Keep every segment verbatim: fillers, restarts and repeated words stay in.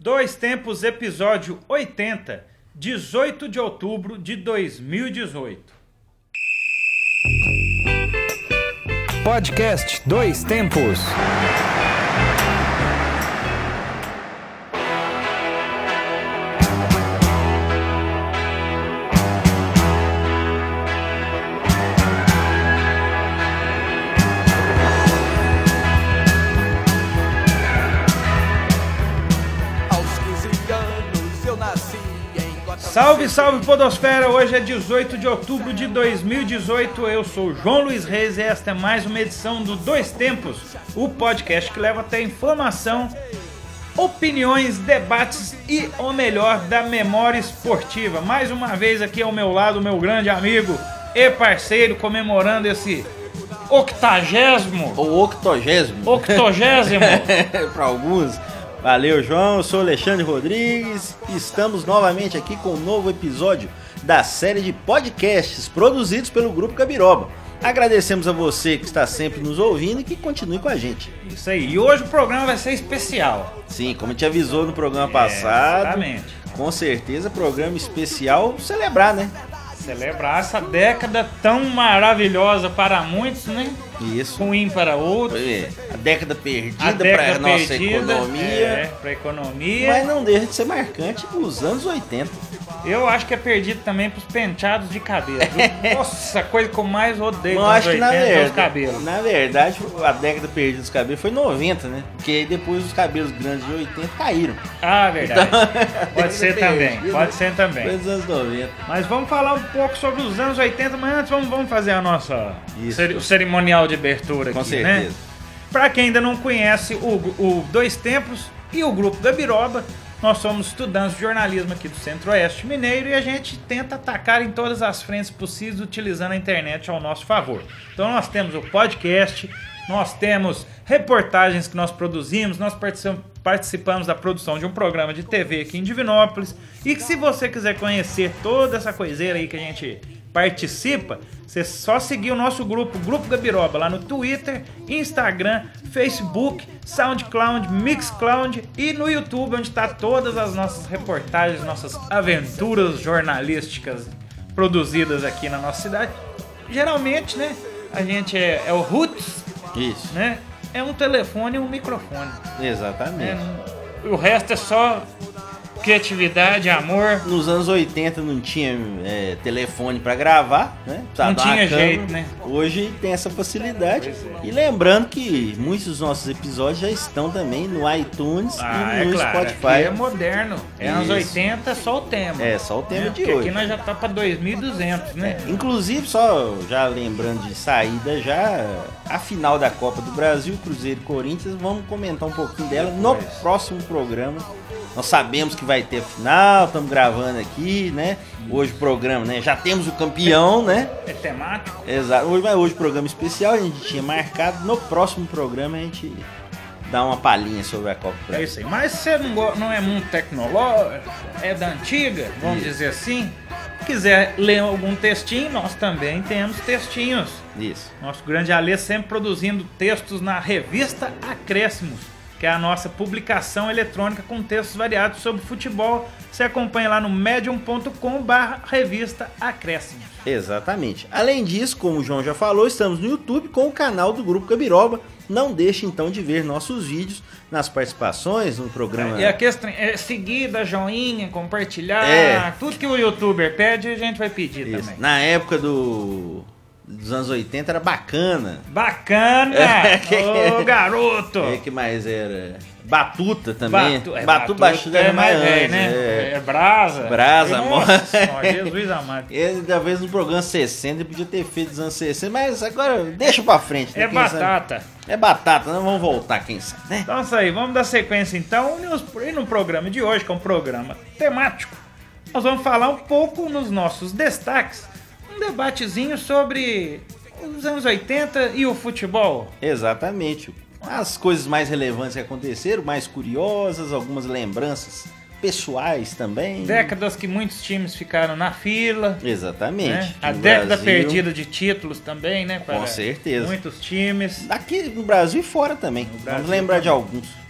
Dois Tempos, episódio oitenta, dezoito de outubro de dois mil e dezoito. Podcast Dois Tempos. Salve, salve podosfera, hoje é dezoito de outubro de dois mil e dezoito, eu sou João Luiz Reis e esta é mais uma edição do Dois Tempos, o podcast que leva até informação, opiniões, debates e o melhor da memória esportiva. Mais uma vez aqui ao meu lado, meu grande amigo e parceiro, comemorando esse octagésimo, ou octogésimo, octogésimo, para alguns. Valeu, João, eu sou Alexandre Rodrigues e estamos novamente aqui com um novo episódio da série de podcasts produzidos pelo Grupo Gabiroba. Agradecemos a você que está sempre nos ouvindo e que continue com a gente. Isso aí, e hoje o programa vai ser especial. Sim, como a gente avisou no programa passado, é, exatamente. Com certeza, programa especial celebrar, né? Celebrar essa década tão maravilhosa para muitos, né? Isso. Ruim para outros. É, a década perdida para a nossa economia. É, para a economia. Mas não deixa de ser marcante os anos oitenta. Eu acho que é perdido também para os penteados de cabelo. Nossa, a coisa que eu mais odeio nos anos oitenta é os cabelos. Na verdade, a década perdida dos cabelos foi noventa, né? Porque aí depois os cabelos grandes de oitenta caíram. Ah, verdade. Então, pode ser também, pode ser também. Foi dos anos noventa. Mas vamos falar um pouco sobre os anos oitenta, mas antes vamos, vamos fazer a nossa Isso. o cerimonial de abertura Com aqui, certeza. né? Para quem ainda não conhece o, o Dois Tempos e o Grupo Gabiroba, nós somos estudantes de jornalismo aqui do Centro-Oeste Mineiro e a gente tenta atacar em todas as frentes possíveis utilizando a internet ao nosso favor. Então nós temos o podcast, nós temos reportagens que nós produzimos, nós participamos da produção de um programa de T V aqui em Divinópolis e que se você quiser conhecer toda essa coiseira aí que a gente participa, você só seguir o nosso grupo, Grupo Gabiroba, lá no Twitter, Instagram, Facebook, SoundCloud, Mixcloud e no YouTube, onde está todas as nossas reportagens, nossas aventuras jornalísticas produzidas aqui na nossa cidade. Geralmente, né, a gente é, é o Roots, Isso. né, é um telefone e um microfone. Exatamente. É, o resto é só criatividade, amor. Nos anos oitenta não tinha é, telefone pra gravar, né? Precisava Não dar uma tinha câmera. jeito, né? Hoje tem essa facilidade. Pois é. E lembrando que muitos dos nossos episódios já estão também no iTunes Ah, e no é claro, Spotify. aqui é moderno. É anos Isso. oitenta, só o tema. É, só o tema né? de Porque hoje. aqui nós já tá pra dois mil e duzentos, né? É, inclusive, só já lembrando de saída, já a final da Copa do Brasil, Cruzeiro e Corinthians, vamos comentar um pouquinho dela no Pois. próximo programa. Nós sabemos que vai ter final, estamos gravando aqui, né? Hoje o programa, né? Já temos o campeão, né? É temático. Exato. Hoje, mas hoje o programa especial, a gente tinha marcado. No próximo programa a gente dá uma palhinha sobre a Copa do É Brasil. isso aí. Mas você não, go- não é muito tecnológico, é da antiga, vamos Isso. dizer assim. Quiser ler algum textinho, nós também temos textinhos. Isso. Nosso grande Alê sempre produzindo textos na revista Acréscimos, que é a nossa publicação eletrônica com textos variados sobre futebol. Você acompanha lá no medium ponto com barra revista Acréscimos. Exatamente. Além disso, como o João já falou, estamos no YouTube com o canal do Grupo Gabiroba. Não deixe então de ver nossos vídeos nas participações no programa. E a questão é seguir, dar joinha, compartilhar, É. tudo que o youtuber pede a gente vai pedir Isso. também. Na época do dos anos oitenta era bacana. Bacana! Ô garoto! O que mais era? Batuta também. Batu, é, Batuta, Batuta é mais velho, né? É. É brasa. Brasa, Nossa, amor. Jesus amado. Ele, talvez no programa sessenta, ele podia ter feito dos anos sessenta, mas agora deixa pra frente. Né? É Quem batata. sabe? É batata, não vamos voltar, quem sabe, né? Então é isso aí, vamos dar sequência então. E, nos, e no programa de hoje, que é um programa temático, nós vamos falar um pouco nos nossos destaques, um debatezinho sobre os anos oitenta e o futebol. Exatamente. As coisas mais relevantes que aconteceram, mais curiosas, algumas lembranças pessoais também. Décadas que muitos times ficaram na fila. Exatamente. Né? A No década Brasil, perdida de títulos também, né? Para Com certeza. muitos times. Aqui no Brasil e fora também. Brasil Vamos lembrar também. de alguns.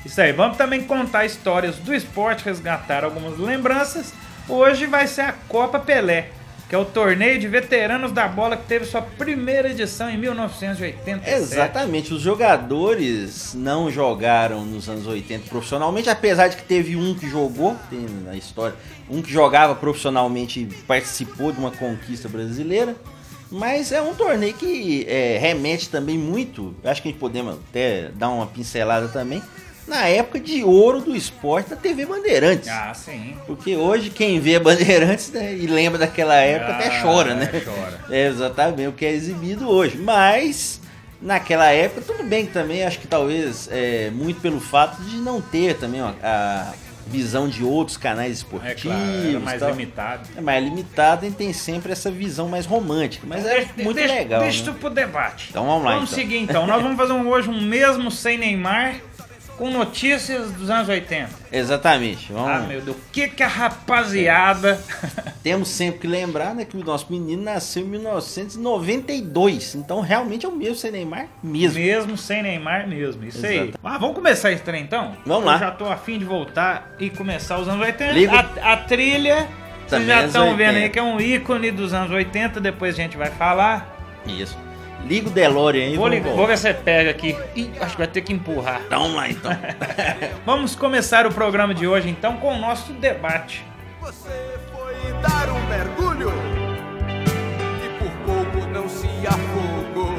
Isso aí, vamos também contar histórias do esporte, resgatar algumas lembranças. Hoje vai ser a Copa Pelé, que é o torneio de veteranos da bola que teve sua primeira edição em mil novecentos e oitenta e sete. Exatamente, os jogadores não jogaram nos anos oitenta profissionalmente, apesar de que teve um que jogou, tem na história, um que jogava profissionalmente e participou de uma conquista brasileira. Mas é um torneio que é, remete também muito, acho que a gente podemos até dar uma pincelada também, na época de ouro do esporte da T V Bandeirantes. Ah, sim. Porque hoje quem vê Bandeirantes, né, e lembra daquela época ah, até chora, né? É, chora. É exatamente o que é exibido hoje. Mas naquela época, tudo bem que também acho que talvez é, muito pelo fato de não ter também ó, a visão de outros canais esportivos. É claro, era mais tal. limitado. É mais limitado e tem sempre essa visão mais romântica. Mas é deixa, muito deixa, legal. Deixa né? isso pro debate. Então vamos lá. Vamos então. seguir então. Nós vamos fazer um, hoje um mesmo sem Neymar, com notícias dos anos oitenta. Exatamente. Vamos... Ah, meu Deus, o que que a rapaziada... Temos sempre que lembrar, né, que o nosso menino nasceu em mil novecentos e noventa e dois. Então realmente é o mesmo sem Neymar mesmo. Mesmo sem Neymar mesmo, isso Exato. aí. Ah, vamos começar esse trem então? Vamos Eu lá. já tô afim de voltar e começar os anos oitenta. Ligo. A, a trilha, vocês Também já anos estão vendo oitenta. aí que é um ícone dos anos oitenta, depois a gente vai falar. Isso. Liga o DeLorean aí. Vou, vamos ligar, voltar. vou ver se você pega aqui. Ih, acho que vai ter que empurrar. Então vamos lá então. Vamos começar o programa de hoje então com o nosso debate. Você foi dar um mergulho e por pouco não se afogou.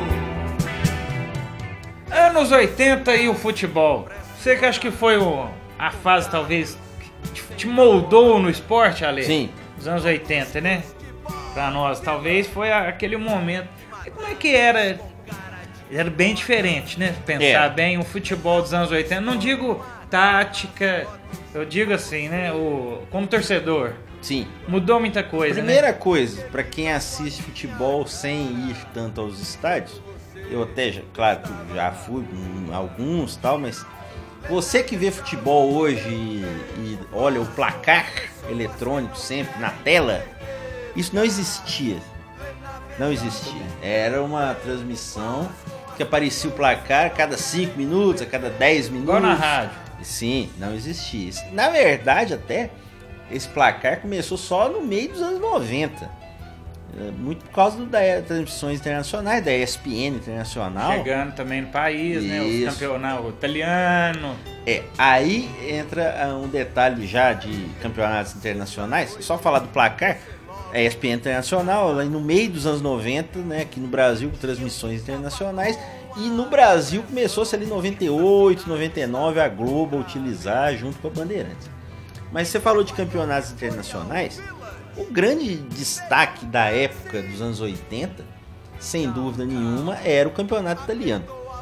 Anos oitenta e o futebol. Você que acha que foi o, a fase talvez que te, te moldou no esporte, Ale? Sim. Os anos oitenta, né? Pra nós, talvez foi a- aquele momento. E como é que era? Era bem diferente, né? Pensar É. bem o futebol dos anos oitenta. Não digo tática, eu digo assim, né? O, como torcedor, Sim. mudou muita coisa, Primeira né? coisa, pra quem assiste futebol sem ir tanto aos estádios, eu até, já, claro que já fui em alguns e tal, mas você que vê futebol hoje e, e olha o placar eletrônico sempre na tela, isso não existia. Não existia. Era uma transmissão que aparecia o placar a cada cinco minutos, a cada dez minutos. Igual na rádio. Sim, não existia. Isso- Na verdade, até, esse placar começou só no meio dos anos noventa. É, muito por causa das transmissões internacionais, da E S P N Internacional. Chegando também no país, né? Os Isso. campeonatos italiano. É, aí entra ah, um detalhe já de campeonatos internacionais. Só falar do placar, a E S P N Internacional, lá no meio dos anos noventa, né, aqui no Brasil, com transmissões internacionais. E no Brasil começou-se ali em noventa e oito, noventa e nove, a Globo a utilizar junto com a Bandeirantes. Mas você falou de campeonatos internacionais, o grande destaque da época dos anos oitenta, sem dúvida nenhuma, era o campeonato italiano.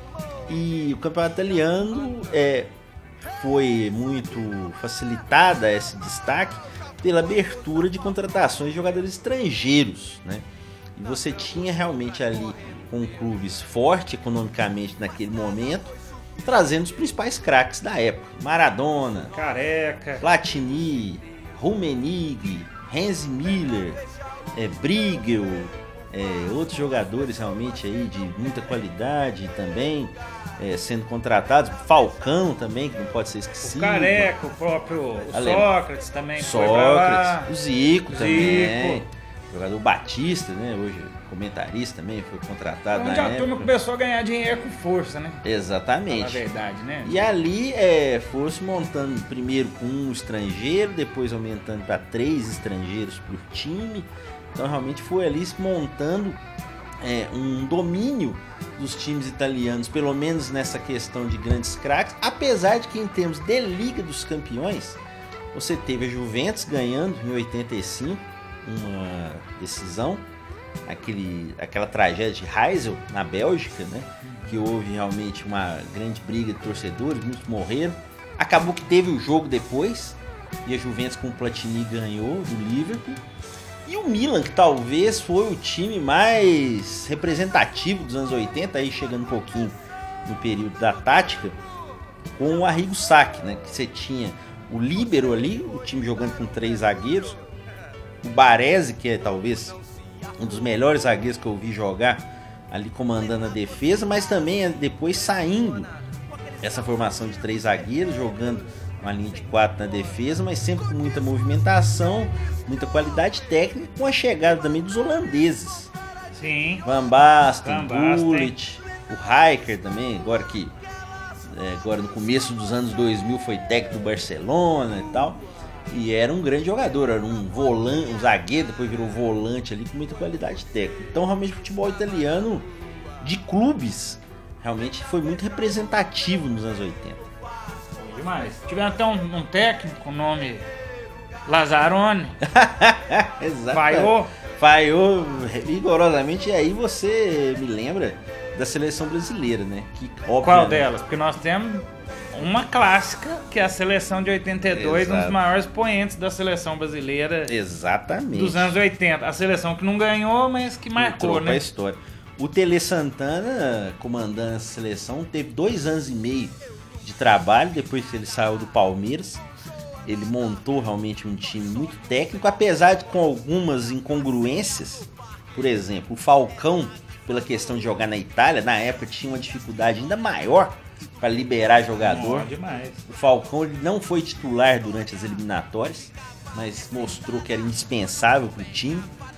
E o campeonato italiano é, foi muito facilitada esse destaque pela abertura de contratações de jogadores estrangeiros, né? E você tinha realmente ali com clubes fortes economicamente naquele momento, trazendo os principais craques da época: Maradona, Careca. Platini, Rummenigge, Hans Miller, é, Briegel, é, outros jogadores realmente aí de muita qualidade também é, sendo contratados. Falcão também, que não pode ser O esquecido. Careca, o próprio o Além- Sócrates também foi pra lá. Sócrates, o Zico, Zico. também. Jogador Batista, né? Hoje comentarista também, foi contratado Onde na a turma época. começou a ganhar dinheiro com força, né? Na Exatamente. verdade, né? E ali é, fosse montando primeiro com um estrangeiro, depois aumentando para três estrangeiros por time. Então realmente foi ali se montando é, um domínio dos times italianos, pelo menos nessa questão de grandes craques. Apesar de que em termos de Liga dos Campeões, você teve a Juventus ganhando em oitenta e cinco uma decisão, aquele, aquela tragédia de Heysel na Bélgica, né? Que houve realmente uma grande briga de torcedores, muitos morreram. Acabou que teve o jogo depois e a Juventus com o Platini ganhou do Liverpool. E o Milan, que talvez foi o time mais representativo dos anos oitenta, aí chegando um pouquinho no período da tática, com o Arrigo Sacchi, né? Que você tinha o líbero ali, o time jogando com três zagueiros, o Baresi, que é talvez um dos melhores zagueiros que eu vi jogar ali comandando a defesa, mas também depois saindo essa formação de três zagueiros, jogando uma linha de quatro na defesa, mas sempre com muita movimentação, muita qualidade técnica, com a chegada também dos holandeses. Sim. Van Basten, Van Basten. Gullit, o Rijkaard também, agora que é, agora no começo dos anos dois mil foi técnico do Barcelona e tal. E era um grande jogador, era um volante, um zagueiro, depois virou volante ali com muita qualidade técnica. Então realmente o futebol italiano de clubes realmente foi muito representativo nos anos oitenta. Demais. Tivemos até um, um técnico com o nome Lazzaroni. Exato. Falhou. Falhou rigorosamente. E aí você me lembra da seleção brasileira, né? Que, qual delas? Porque nós temos uma clássica, que é a seleção de oitenta e dois, Exato. Um dos maiores expoentes da seleção brasileira. Exatamente. Dos anos oitenta. A seleção que não ganhou, mas que marcou, entrou né? pra história. O Tele Santana, comandando essa seleção, teve dois anos e meio de trabalho depois que ele saiu do Palmeiras. Ele montou realmente um time muito técnico, apesar de com algumas incongruências. Por exemplo, o Falcão, pela questão de jogar na Itália, na época tinha uma dificuldade ainda maior para liberar jogador. Bom, demais. O Falcão ele não foi titular durante as eliminatórias, mas mostrou que era indispensável para o time.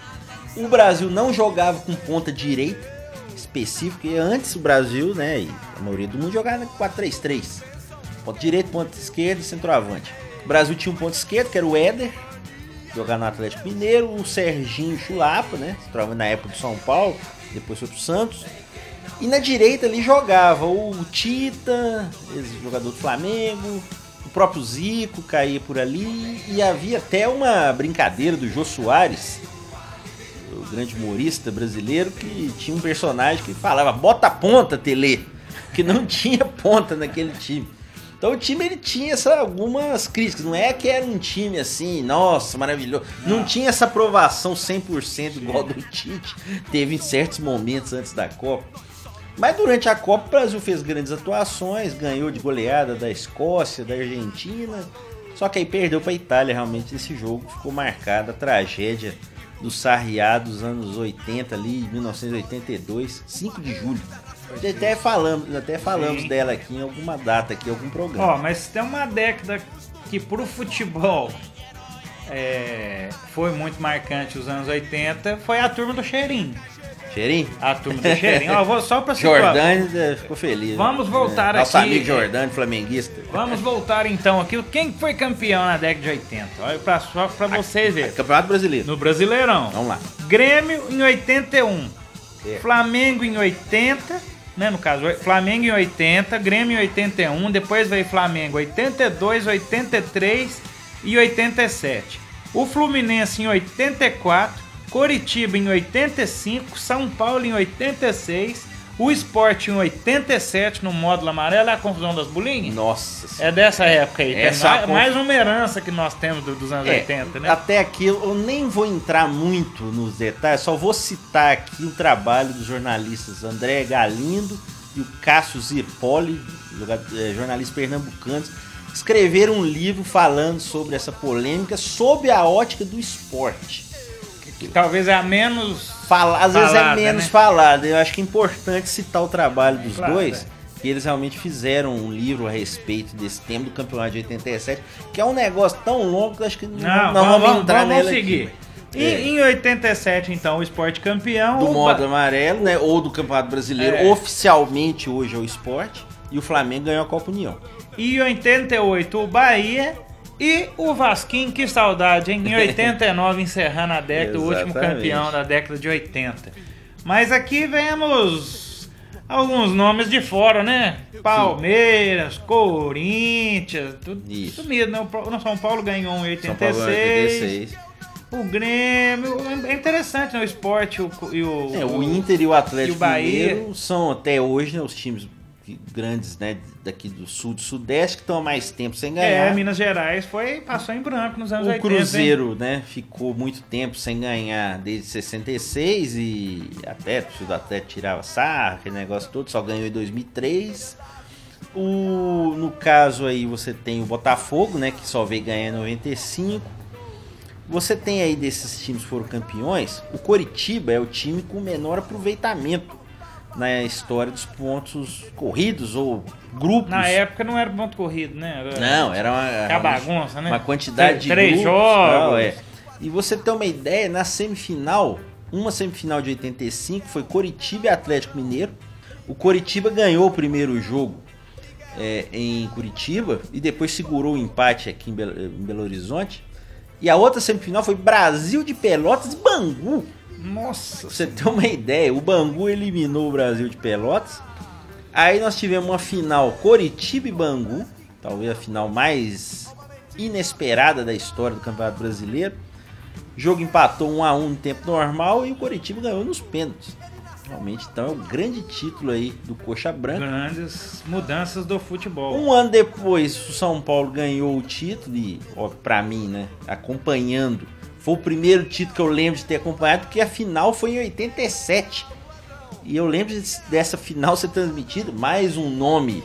O Brasil não jogava com ponta direita específica, e antes o Brasil, né, e a maioria do mundo jogava na quatro três três. Ponta direita, ponta esquerda e centroavante. O Brasil tinha um ponto esquerdo, que era o Éder, jogava no Atlético Mineiro, o Serginho Chulapa, né, centroavante na época do São Paulo, depois foi pro Santos. E na direita ali jogava o Tita, jogador do Flamengo, o próprio Zico caía por ali, e havia até uma brincadeira do Jô Soares, o grande humorista brasileiro, que tinha um personagem que falava, bota a ponta, Tele, que não tinha ponta naquele time. Então o time ele tinha essa, algumas críticas, não é que era um time assim, nossa, maravilhoso, não, não tinha essa aprovação cem por cento igual do Tite, teve em certos momentos antes da Copa. Mas durante a Copa o Brasil fez grandes atuações, ganhou de goleada da Escócia, da Argentina, só que aí perdeu para a Itália. Realmente esse jogo ficou marcado a tragédia do Sarriá dos anos oitenta ali, mil novecentos e oitenta e dois, cinco de julho. Até falamos, até falamos dela aqui em alguma data, aqui, em algum programa. Ó, mas tem uma década que pro futebol é, foi muito marcante os anos oitenta, foi a turma do Cheirinho. Cheirinho? A turma do Cheirinho. Ó, vou só pra situar. Jordani ficou feliz. Vamos voltar né? aqui. Nosso amigo Jordani, flamenguista. Vamos voltar então aqui. Quem foi campeão na década de oitenta? Olha pra, só pra vocês verem. Campeonato Brasileiro. No Brasileirão. Vamos lá. Grêmio em oitenta e um. É. Flamengo em oitenta. Né, no caso, Flamengo em oitenta, Grêmio em oitenta e um, depois veio Flamengo oitenta e dois, oitenta e três e oitenta e sete. O Fluminense em oitenta e quatro, Coritiba em oitenta e cinco, São Paulo em oitenta e seis, o Sport em oitenta e sete no módulo amarelo. É a confusão das bolinhas? Nossa. É dessa época aí. Essa mais, conf... mais uma herança que nós temos do, dos anos é, oitenta, né? Até aqui eu nem vou entrar muito nos detalhes, só vou citar aqui o trabalho dos jornalistas André Galindo e o Cássio Zirpoli, jornalistas pernambucanos, escreveram um livro falando sobre essa polêmica, sob a ótica do esporte. Que talvez é a menos Fala, às vezes falada, é menos né? falada. Eu acho que é importante citar o trabalho dos claro, dois, é. que eles realmente fizeram um livro a respeito desse tema do campeonato de oitenta e sete, que é um negócio tão longo que eu acho que não, Não, não vamos, vamos entrar vamos nele seguir. aqui. E, É. Em oitenta e sete, então, o Sport campeão. Do o modo Ba- amarelo, né? Ou do Campeonato Brasileiro, É. oficialmente hoje é o Sport. E o Flamengo ganhou a Copa União. E em oitenta e oito, o Bahia. E o Vasquinho, que saudade, hein? Em oitenta e nove, encerrando a década, o último Exatamente. campeão da década de oitenta. Mas aqui vemos alguns nomes de fora, né? Palmeiras, Corinthians, tudo Isso. sumido, né? O Pro- o São Paulo ganhou em São oitenta e Paulo seis. oitenta e seis. O Grêmio, é interessante, né? O Sport o, e o... É, o Inter e o Atlético e o Bahia. Mineiro são até hoje, né, os times grandes, né, daqui do sul, do sudeste, que estão há mais tempo sem ganhar. É, Minas Gerais foi, passou em branco nos anos O oitenta. Cruzeiro, hein? né, ficou muito tempo sem ganhar desde sessenta e seis e até, o até tirava sarra, aquele negócio todo, só ganhou em dois mil e três. O, no caso aí você tem o Botafogo, né, que só veio ganhar em noventa e cinco. Você tem aí desses times que foram campeões, o Coritiba é o time com menor aproveitamento na história dos pontos corridos ou grupos. Na época não era ponto corrido, né? Era, não, era uma, era uma bagunça, né? Uma quantidade de três grupos. jogos. Não, é. E você ter uma ideia, na semifinal, uma semifinal de oitenta e cinco foi Coritiba e Atlético Mineiro. O Coritiba ganhou o primeiro jogo é, em Curitiba e depois segurou o empate aqui em Belo, em Belo Horizonte. E a outra semifinal foi Brasil de Pelotas e Bangu. Nossa! Pra você ter uma ideia, o Bangu eliminou o Brasil de Pelotas. Aí nós tivemos uma final Coritiba e Bangu, talvez a final mais inesperada da história do Campeonato Brasileiro. O jogo empatou um a um no tempo normal e o Coritiba ganhou nos pênaltis. Realmente, então, é o grande título aí do Coxa Branca. Grandes mudanças do futebol. Um ano depois, o São Paulo ganhou o título e, ó, pra mim, né, acompanhando, foi o primeiro título que eu lembro de ter acompanhado, porque a final foi em oitenta e sete. E eu lembro dessa final ser transmitida, mais um nome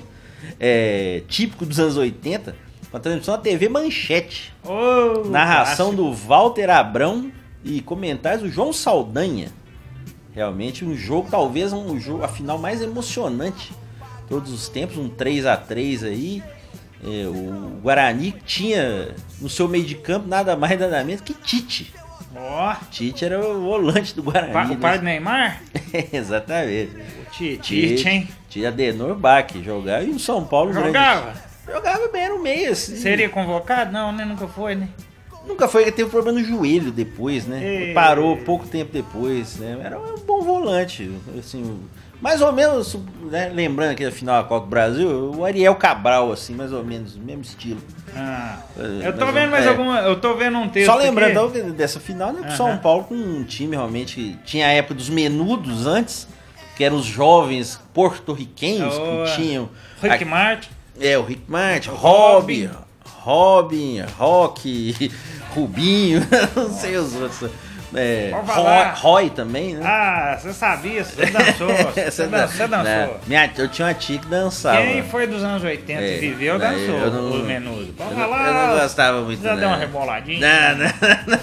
é, típico dos anos oitenta, com a transmissão da T V Manchete. Oh, narração do Walter Abrão e comentários do João Saldanha. Realmente um jogo, talvez um jogo, a final mais emocionante de todos os tempos, um três a três aí. É, o Guarani tinha no seu meio de campo nada mais nada menos que Tite. Ó, Tite era o volante do Guarani. pa, o pai né? do Neymar? Exatamente. O Tite, Tite, hein? Tinha Adenor Bach jogava e o São Paulo Jogava? Grande, jogava bem no meio assim. Seria convocado? Não, né? Nunca foi, né? Nunca foi, que teve problema no joelho depois, né? E... Parou pouco tempo depois, né? Era um bom volante, assim, mais ou menos, né? Lembrando aqui da final da Copa do Brasil, o Ariel Cabral, assim, mais ou menos, mesmo estilo. Ah, É, eu tô mas, vendo mais é. alguma. Eu tô vendo um texto. Só lembrando aqui. então, dessa final, né? O Aham. São Paulo com um time realmente que tinha a época dos menudos antes, que eram os jovens porto-riquenhos Oh, que tinham. Rick a- Martin. É, o Rick Martin, O Robin, Robin, Rock, Rubinho, não sei os outros. É, Vamos Roy, falar. Roy também, né? Ah, você sabia, você dançou. Você, Essa dan- você dançou. né? Minha, eu tinha uma tia que dançava. Quem foi dos anos oitenta É, e viveu, daí dançou eu não- o menudo. Eu Vamos não, lá. eu não gostava muito, Já não. deu uma reboladinha? Não, não,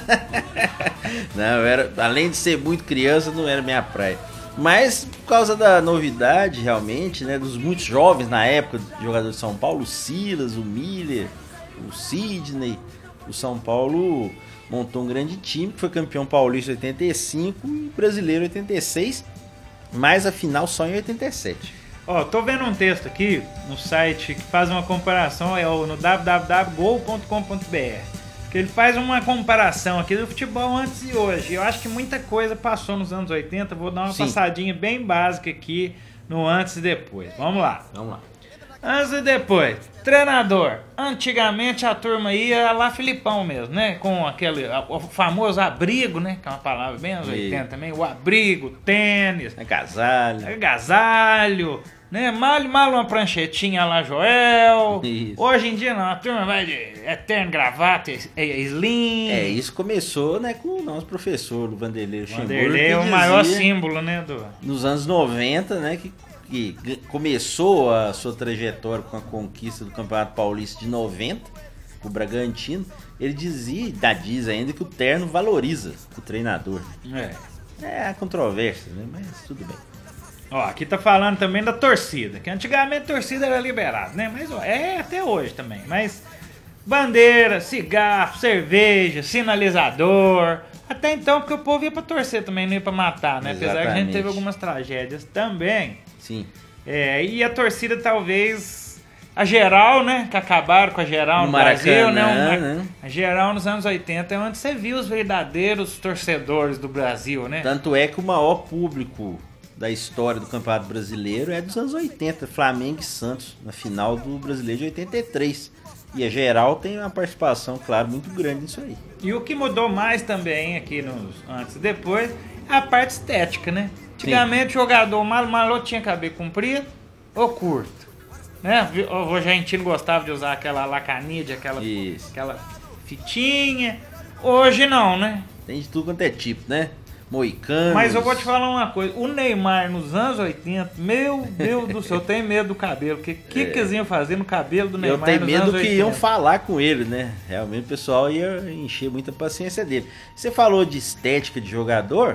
não. Não, eu era, além de ser muito criança, não era minha praia. Mas por causa da novidade, realmente, né, dos muitos jovens na época, jogadores de São Paulo, o Silas, o Miller, o Sidney, o São Paulo montou um grande time, que foi campeão paulista em oitenta e cinco e brasileiro em oitenta e seis, mas a final só em oitenta e sete. Ó, tô vendo um texto aqui no site que faz uma comparação, é o- no w w w ponto gol ponto com ponto b r, que ele faz uma comparação aqui do futebol antes e hoje. Eu acho que muita coisa passou nos anos oitenta, vou dar uma Sim. passadinha bem básica aqui no antes e depois. Vamos lá. Vamos lá. Antes e depois, treinador. Antigamente a turma ia lá Filipão mesmo, né? Com aquele a- o famoso abrigo, né? Que é uma palavra bem anos E- oitenta também. O abrigo, tênis, Agasalho. agasalho, né? Mal mal uma pranchetinha lá, Joel. Isso. Hoje em dia não, a turma vai de eterno gravata, e- e- slim. É, isso começou, né, com o nosso professor, o Vanderlei Luxemburgo, Vanderlei é que o maior dizia, símbolo, né? Do... nos anos noventa, né, que, que g- começou a sua trajetória com a conquista do Campeonato Paulista de noventa, o Bragantino. Ele dizia, e dá- diz ainda, que o terno valoriza o treinador. É. É a controvérsia, né, mas tudo bem. Ó, aqui tá falando também da torcida, que antigamente a torcida era liberada, né? Mas ó, é até hoje também. Mas bandeira, cigarro, cerveja, sinalizador. Até então, porque o povo ia pra torcer também, não ia pra matar, né? Apesar que a gente Exatamente. teve algumas tragédias também. Sim. É, e a torcida talvez. A geral, né? Que acabaram com a geral no, No Brasil, né? Maracanã, Uma- né? A geral nos anos oitenta é onde você viu os verdadeiros torcedores do Brasil, né? Tanto é que o maior público da história do Campeonato Brasileiro é dos anos oitenta, Flamengo e Santos, na final do Brasileiro de oitenta e três. E a geral tem uma participação, claro, muito grande nisso aí. E o que mudou mais também aqui nos antes e depois é a parte estética, né? Antigamente o jogador malo malo tinha cabelo comprido ou curto, né? O argentino gostava de usar aquela lacanide, aquela, Isso. aquela fitinha. Hoje não, né? Tem de tudo quanto é tipo, né? Moicanos. Mas eu vou te falar uma coisa, o Neymar nos anos oitenta, meu Deus do céu, eu tenho medo do cabelo. O que, que, que eles iam fazer no cabelo do Neymar Eu tenho nos medo anos que oitenta? iam falar com ele, né? Realmente o pessoal ia encher muita paciência dele. Você falou de estética de jogador,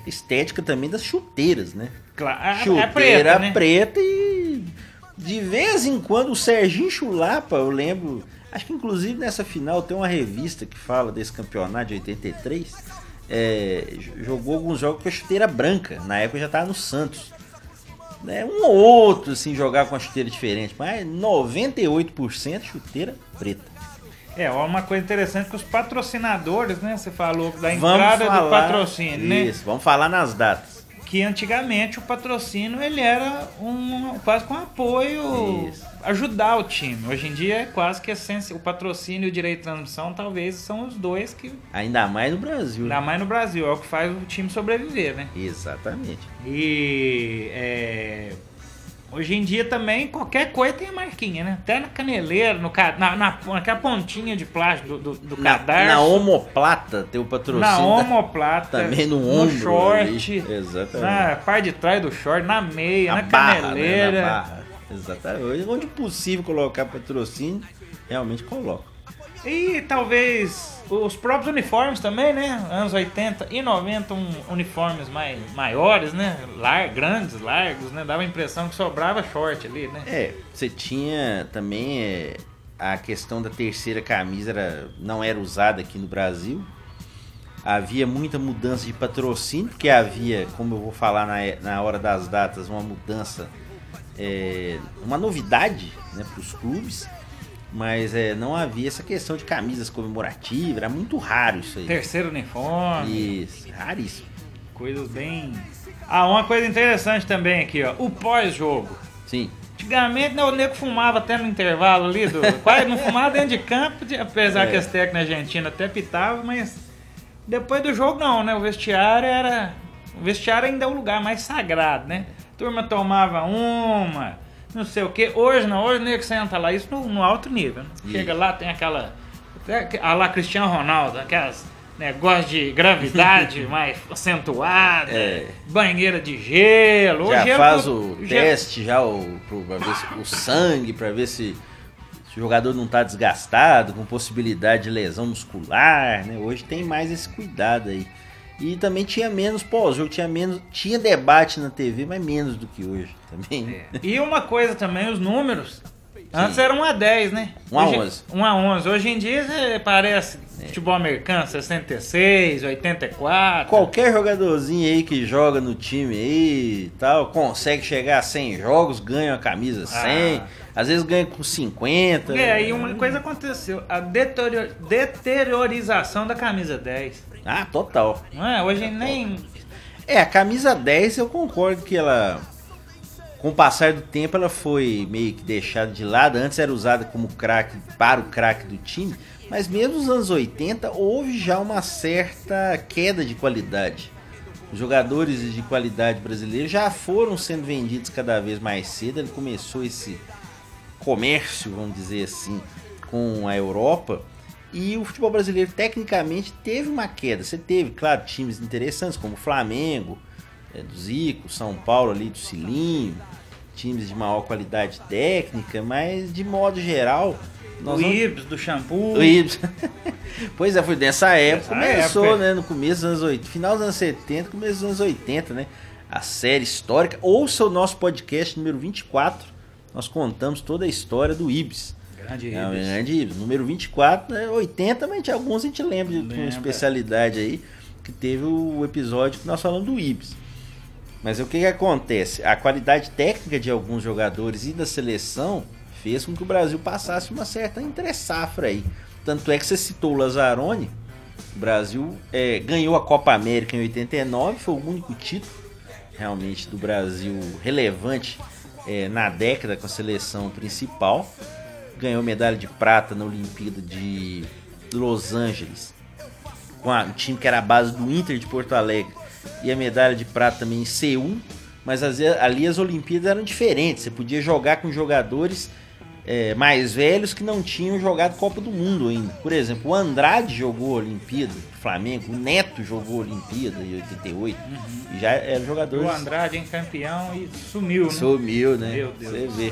estética também das chuteiras, né? Claro, Chuteira é preta, né? preta e de vez em quando o Serginho Chulapa, eu lembro, acho que inclusive nessa final tem uma revista que fala desse campeonato de oitenta e três, é, jogou alguns jogos com a chuteira branca, na época já tava no Santos. Né? Um ou outro assim jogava com a chuteira diferente, mas noventa e oito por cento chuteira preta. É, uma coisa interessante que os patrocinadores, né? Você falou da Vamos entrada falar, do patrocínio, né? Isso, vamos falar nas datas. Que antigamente o patrocínio ele era um quase com apoio, Isso. ajudar o time. Hoje em dia é quase que essência, o patrocínio e o direito de transmissão talvez são os dois que, Ainda mais no Brasil. ainda mais no Brasil, é o que faz o time sobreviver, né? Exatamente. E é, hoje em dia também qualquer coisa tem a marquinha, né? Até na caneleira, no, ca- na, na, naquela pontinha de plástico do, do, do Na, cadarço. na omoplata tem o patrocínio. Na da- omoplata, também no no ombro short, ali. Exatamente. na parte de trás do short, na meia, Na na barra, caneleira. né? Na barra. Exatamente. Hoje, onde possível colocar patrocínio, realmente coloca. E talvez os próprios uniformes também, né? Anos oitenta e noventa, um, uniformes mais, maiores, né? Lar, grandes, largos, né? Dava a impressão que sobrava short ali, né? É, você tinha também é, a questão da terceira camisa era, não era usada aqui no Brasil. Havia muita mudança de patrocínio, porque havia, como eu vou falar na, na hora das datas, uma mudança, é, uma novidade, né, para os clubes. Mas é, não havia essa questão de camisas comemorativas, era muito raro isso aí. Terceiro uniforme. Isso, raríssimo. Coisas bem... Ah, uma coisa interessante também aqui, ó. O pós-jogo. Sim. Antigamente, né, o nego fumava até no intervalo ali, do, quase não fumava dentro de campo, de- apesar É. que as técnicas na Argentina até pitavam, mas depois do jogo não, né? O vestiário era... O vestiário ainda é o lugar mais sagrado, né? A turma tomava uma, não sei o que. Hoje não, hoje o nego senta lá, isso no, no alto nível. Né? Chega lá, tem aquela... A lá Cristiano Ronaldo, aquelas... Negócio de gravidade mais acentuada, É. banheira de gelo. Já gelo faz pro- o gelo- teste, já o, pro, pra ver se- o sangue, pra ver se, se o jogador não tá desgastado, com possibilidade de lesão muscular, né? Hoje tem mais esse cuidado aí. E também tinha menos pós-jogo, tinha menos, tinha debate na T V, mas menos do que hoje também. É. E uma coisa também, os números. Antes era um a dez, né? um a Hoje- onze. um a onze. Hoje em dia é, parece futebol americano, sessenta e seis, oitenta e quatro. Qualquer jogadorzinho aí que joga no time aí e tal, consegue chegar a cem jogos, ganha a camisa cem, Ah. às vezes ganha com cinquenta. É, aí uma coisa aconteceu, a deterior- deteriorização da camisa dez. Ah, total. Não é? Hoje nem... É, a camisa dez eu concordo que ela, com o passar do tempo, ela foi meio que deixada de lado. Antes era usada como craque, para o craque do time, mas mesmo nos anos oitenta houve já uma certa queda de qualidade. Os jogadores de qualidade brasileiros já foram sendo vendidos cada vez mais cedo. Ele começou esse comércio, vamos dizer assim, com a Europa. E o futebol brasileiro, tecnicamente, teve uma queda. Você teve, claro, times interessantes, como o Flamengo, é, do Zico, São Paulo ali do Cilinho, times de maior qualidade técnica, mas de modo geral... Nós O não... Ibs, do shampoo. O Ibs. Pois é, foi nessa época, Nessa começou, época. né, no começo dos anos oitenta, final dos anos setenta, começo dos anos oitenta, né, a série histórica. Ouça o nosso podcast número vinte e quatro, nós contamos toda a história do Ibs. Grande É, o Ibs. grande Ibs. Número vinte e quatro, né, oitenta, mas de alguns a gente lembra de uma Lembra. especialidade aí, que teve o episódio que nós falamos do Ibs. Mas o que que acontece? A qualidade técnica de alguns jogadores e da seleção fez com que o Brasil passasse uma certa entre-safra aí. Tanto é que você citou o Lazzaroni, o Brasil é, ganhou a Copa América em oitenta e nove, foi o único título realmente do Brasil relevante é, na década com a seleção principal. Ganhou medalha de prata na Olimpíada de Los Angeles, com a, um time que era a base do Inter de Porto Alegre, e a medalha de prata também em Seul. Mas às vezes, ali as Olimpíadas eram diferentes, você podia jogar com jogadores é, mais velhos que não tinham jogado Copa do Mundo ainda. Por exemplo, o Andrade jogou a Olimpíada do Flamengo, o Neto jogou a Olimpíada em oitenta e oito, uhum. E já era jogador. O Andrade em campeão e sumiu, né? Sumiu, né? Meu Deus. Você vê.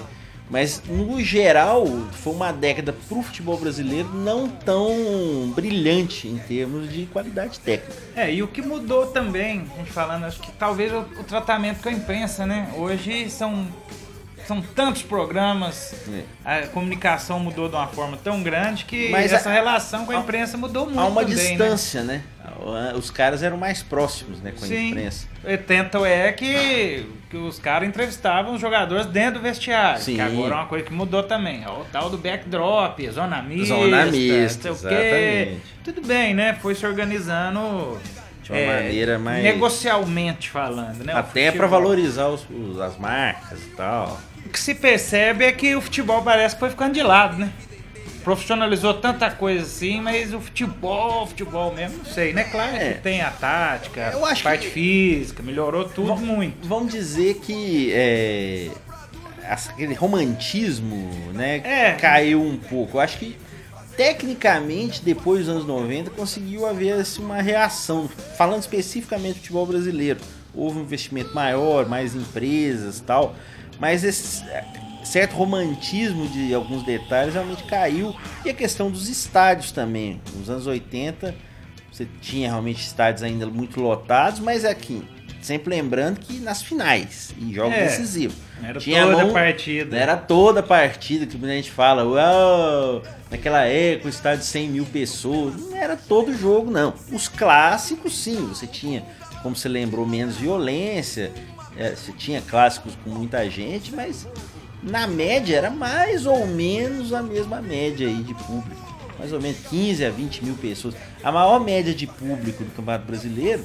Mas, no geral, foi uma década pro futebol brasileiro não tão brilhante em termos de qualidade técnica. É, e o que mudou também, a gente falando, acho que talvez o, o tratamento com a imprensa, né? Hoje são, são tantos programas, É. a comunicação mudou de uma forma tão grande que Mas essa a- relação com a imprensa mudou muito Há uma também, distância, né? Os caras eram mais próximos, né, com a Sim. imprensa. E tanto é que, que os caras entrevistavam os jogadores dentro do vestiário. Sim. Que agora é uma coisa que mudou também. É o tal do backdrop, zona mista, Zona mista, não sei o quê. exatamente. Tudo bem, né? Foi se organizando De uma maneira mais- negocialmente falando, né? O Até futebol. pra valorizar os, os- as marcas e tal. O que se percebe é que o futebol parece que foi ficando de lado, né? Profissionalizou tanta coisa assim, mas o futebol, o futebol mesmo, não sei, né? Claro É. que tem a tática, Eu acho parte que- física, melhorou tudo Vam- muito. Vamos dizer que é, aquele romantismo, né, É. caiu um pouco. Eu acho que tecnicamente, depois dos anos noventa, conseguiu haver assim, uma reação. Falando especificamente do futebol brasileiro, houve um investimento maior, mais empresas e tal, mas esse certo romantismo de alguns detalhes realmente caiu. E a questão dos estádios também. Nos anos oitenta, você tinha realmente estádios ainda muito lotados, mas aqui, sempre lembrando que nas finais, em jogos É. decisivos. Não era Tinha toda mão- a partida. Não era toda a partida, que a gente fala, uau, naquela época o estádio de cem mil pessoas. Não era todo jogo, não. Os clássicos, sim, você tinha, como você lembrou, menos violência, é, você tinha clássicos com muita gente, mas na média era mais ou menos a mesma média aí de público. Mais ou menos quinze a vinte mil pessoas. A maior média de público do Campeonato Brasileiro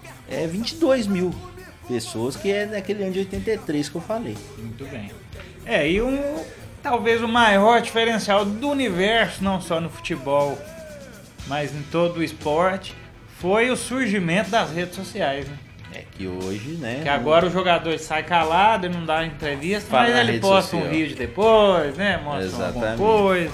é vinte e dois mil pessoas, que é naquele ano de oitenta e três que eu falei. Muito bem. É, e um, talvez o maior diferencial do universo, não só no futebol, mas em todo o esporte, foi o surgimento das redes sociais, né? É que hoje, né? Que agora o jogador sai calado e não dá entrevista, Fala mas na ele rede posta social. um vídeo depois, né? Mostra Exatamente. alguma coisa.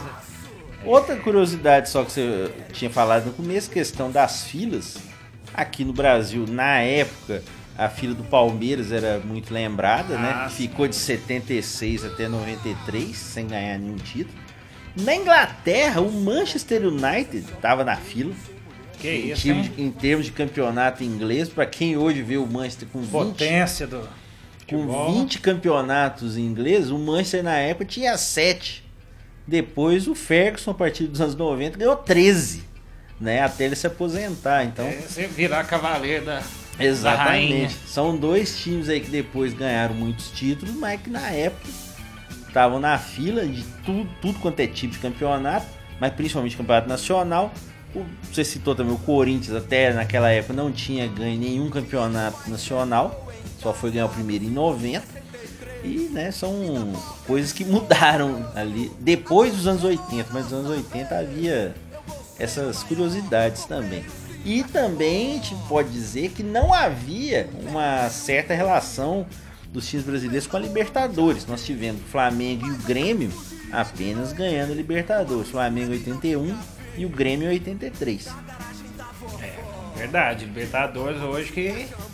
Outra curiosidade só que você tinha falado no começo, questão das filas. Aqui no Brasil, na época, a fila do Palmeiras era muito lembrada, né? Ah, Ficou de setenta e seis até noventa e três, sem ganhar nenhum título. Na Inglaterra, o Manchester United estava na fila. Que em, isso, time hein? de- em termos de campeonato inglês, para quem hoje vê o Manchester com vinte, Potência do com futebol. vinte campeonatos ingleses, o Manchester na época tinha sete. Depois o Ferguson, a partir dos anos noventa, ganhou treze, né? Até ele se aposentar. Então, É, você virar cavaleiro da, da rainha. exatamente. São dois times aí que depois ganharam muitos títulos, mas que na época estavam na fila de tudo, tudo quanto é tipo de campeonato, mas principalmente campeonato nacional. O- Você citou também o Corinthians, até naquela época não tinha ganho nenhum campeonato nacional, só foi ganhar o primeiro em noventa. E, né, são coisas que mudaram ali depois dos anos oitenta, mas nos anos oitenta havia essas curiosidades também. E também a gente pode dizer que não havia uma certa relação dos times brasileiros com a Libertadores. Nós tivemos o Flamengo e o Grêmio apenas ganhando a Libertadores. O Flamengo em oitenta e um e o Grêmio em oitenta e três. Verdade, Libertadores hoje que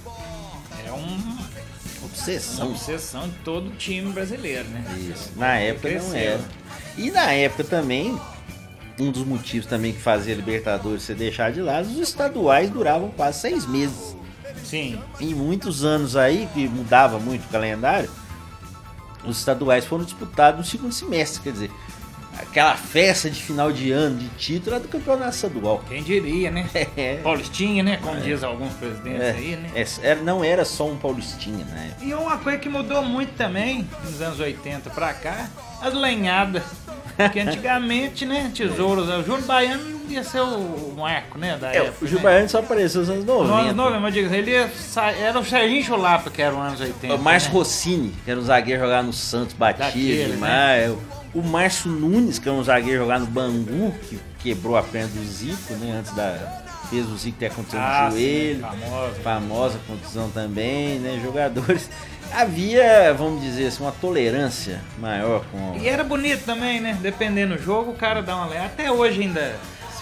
é um, Obsessão. uma obsessão de todo time brasileiro, né? Isso. Na época não Cresceu. era. E na época também, um dos motivos também que fazia a Libertadores ser deixar de lado, os estaduais duravam quase seis meses. Sim. Em muitos anos aí, que mudava muito o calendário, os estaduais foram disputados no segundo semestre, quer dizer, aquela festa de final de ano de título era do campeonato estadual. Quem diria, né? É, Paulistinha, né? Como diz alguns presidentes é, aí, né? é, era- não era só um paulistinha, né? E uma coisa que mudou muito também, nos anos oitenta pra cá, as lenhadas. Porque antigamente, né, tesouros, o Júnior Baiano ia ser o marco, né, da É, época. o Gil né? Baiano só apareceu nos anos Nos anos noventa. noventa, mas eu digo, ele ia sa- era o Serginho Chulapa, que era os anos oitenta. O Márcio né? Rossini, que era um zagueiro jogar no Santos, batia Daquele, demais. O Márcio Nunes, que era um zagueiro jogar no Bangu, que quebrou a perna do Zico, né? Antes da. Fez o Zico ter acontecido Ah, no sim, joelho. famosa. Famosa contusão também, né? Jogadores. Havia, vamos dizer assim, uma tolerância maior com. E era bonito também, né? Dependendo do jogo, o cara dá uma lenha. Até hoje ainda se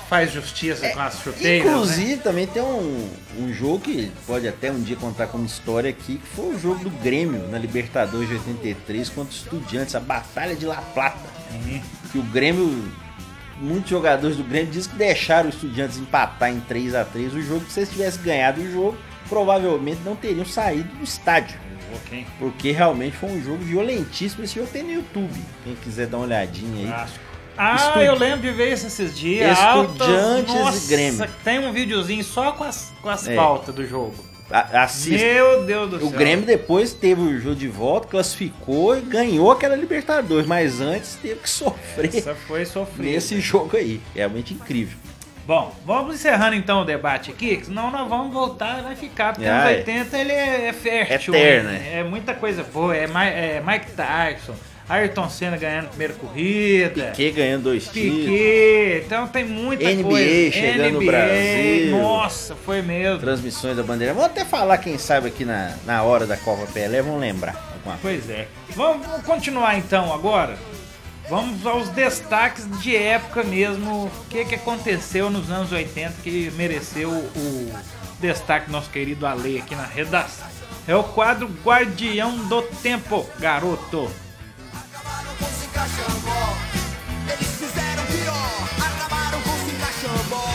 faz justiça é, com as chuteiras. Inclusive, né? também tem um, um jogo que pode até um dia contar como história aqui, que foi o jogo do Grêmio na Libertadores de oitenta e três contra os Estudiantes, a Batalha de La Plata. Uhum. Que o Grêmio, muitos jogadores do Grêmio dizem que deixaram os Estudiantes empatar em três a três o jogo, que se eles tivessem ganhado o jogo, provavelmente não teriam saído do estádio. Okay. Porque realmente foi um jogo violentíssimo. Esse jogo tem no YouTube, quem quiser dar uma olhadinha aí. Acho. Ah, Estu... eu lembro de ver isso esses dias. Estudiantes Altas... e Grêmio. Tem um videozinho só com as, com as é. pautas do jogo. A, assista. Meu Deus do o céu. O Grêmio depois teve o jogo de volta, classificou e ganhou aquela Libertadores, mas antes teve que sofrer. Essa foi sofrer. Nesse jogo aí. Realmente incrível. Bom, vamos encerrando então o debate aqui, senão nós vamos voltar e vai ficar, porque nos oitenta ele é, é fértil. Eterno, né? É muita coisa boa, é, é Mike Tyson, Ayrton Senna ganhando a primeira corrida. Piquet ganhando dois títulos. Piquet, então tem muita N B A coisa. N B A chegando no Brasil. Nossa, foi mesmo. Transmissões da bandeira. Vamos até falar, quem sabe, aqui na, na hora da Copa Pelé, vamos lembrar alguma coisa. Pois é. Vamos, vamos continuar então agora. Vamos aos destaques de época mesmo. O que, que aconteceu nos anos oitenta que mereceu o destaque do nosso querido Ale aqui na redação. É o quadro Guardião do Tempo, garoto. Acabaram com se cachambó. Eles fizeram pior. Acabaram com se cachambó.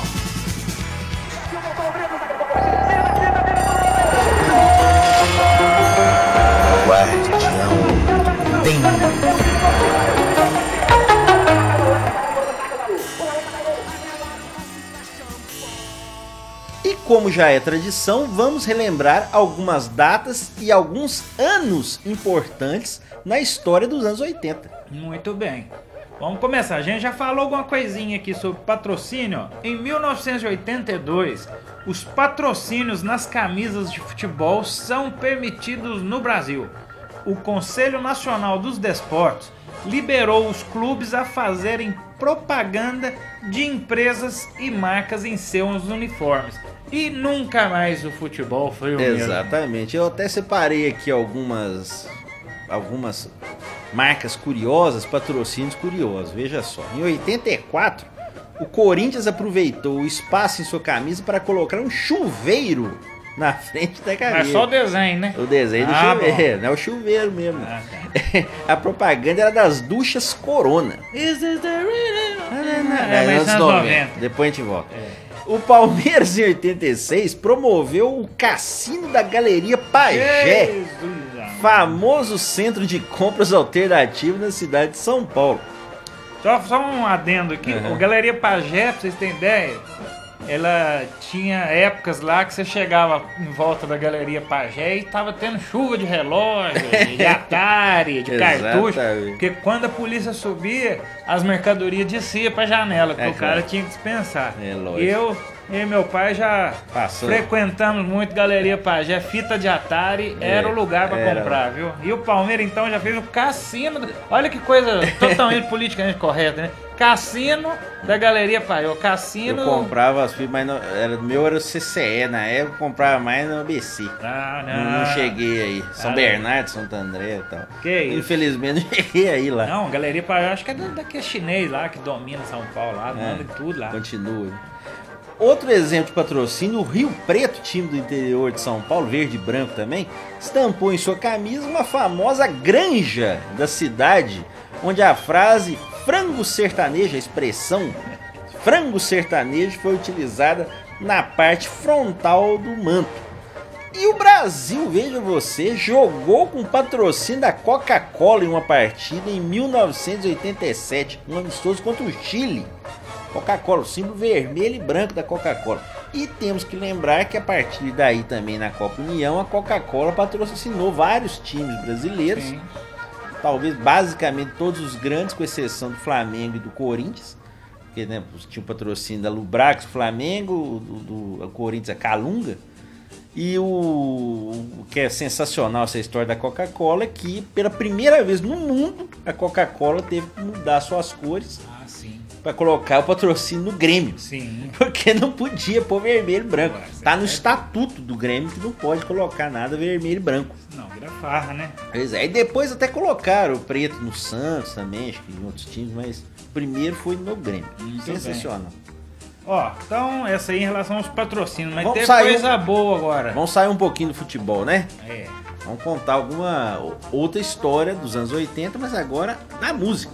Guardião do Tempo. E como já é tradição, vamos relembrar algumas datas e alguns anos importantes na história dos anos oitenta. Muito bem. Vamos começar. A gente já falou alguma coisinha aqui sobre patrocínio. Em mil novecentos e oitenta e dois, os patrocínios nas camisas de futebol são permitidos no Brasil. O Conselho Nacional dos Desportos liberou os clubes a fazerem propaganda de empresas e marcas em seus uniformes. E nunca mais o futebol foi o mesmo. Exatamente. Eu até separei aqui algumas, algumas marcas curiosas, patrocínios curiosos. Veja só. Em oitenta e quatro, o Corinthians aproveitou o espaço em sua camisa para colocar um chuveiro na frente da camisa. Mas só o desenho, né? O desenho do ah, chuveiro, não é o chuveiro mesmo. Ah, tá. A propaganda era das duchas Corona. Is it the real? É, é, anos noventa. Depois a gente volta. É. O Palmeiras, em oitenta e seis, promoveu o Cassino da Galeria Pajé, Jesus, famoso centro de compras alternativo na cidade de São Paulo. Só, só um adendo aqui, uhum. O Galeria Pajé, pra vocês terem ideia, ela tinha épocas lá que você chegava em volta da Galeria Pajé e tava tendo chuva de relógio, de Atari, de cartucho. Porque quando a polícia subia, as mercadorias desciam pra janela, que é, o cara claro. tinha que dispensar. É, e eu e meu pai já Passou. frequentamos muito Galeria Pajé, fita de Atari, é, era o lugar pra era. comprar, viu? E o Palmeiras então já fez o cassino. Olha que coisa totalmente politicamente correta, né? Cassino da Galeria Pajé. O cassino. Eu comprava as fitas, mas não, era, meu era o C C E, na época eu comprava mais no A B C. Ah, não. Não, não cheguei aí. São ah, Bernardo, Santo André e tal. Que isso? Infelizmente não cheguei aí lá. Não, Galeria Pajé, acho que é daquele chinês lá que domina São Paulo lá, é, manda tudo lá. Continua. Outro exemplo de patrocínio, o Rio Preto, time do interior de São Paulo, verde e branco também, estampou em sua camisa uma famosa granja da cidade, onde a frase frango sertanejo, a expressão frango sertanejo foi utilizada na parte frontal do manto. E o Brasil, veja você, jogou com patrocínio da Coca-Cola em uma partida em mil novecentos e oitenta e sete, um amistoso contra o Chile. Coca-Cola, o símbolo vermelho e branco da Coca-Cola. E temos que lembrar que a partir daí também na Copa União, a Coca-Cola patrocinou vários times brasileiros. Sim. Talvez basicamente todos os grandes, com exceção do Flamengo e do Corinthians. Porque né, tinha o patrocínio da Lubrax, Flamengo, do, do Corinthians, a Calunga. E o, o que é sensacional essa história da Coca-Cola é que pela primeira vez no mundo a Coca-Cola teve que mudar suas cores. Pra colocar o patrocínio no Grêmio. Sim. Porque não podia pôr vermelho e branco. Ué, tá no é estatuto do Grêmio que não pode colocar nada vermelho e branco. Não, vira farra, né? Pois é. E depois até colocaram o preto no Santos também, acho que em outros times, mas primeiro foi no Grêmio. Muito Sensacional. Bem. Ó, então essa aí em relação aos patrocínios, mas Vamos tem sair coisa um- boa agora. Vamos sair um pouquinho do futebol, né? É. Vamos contar alguma o- outra história dos anos oitenta, mas agora na música.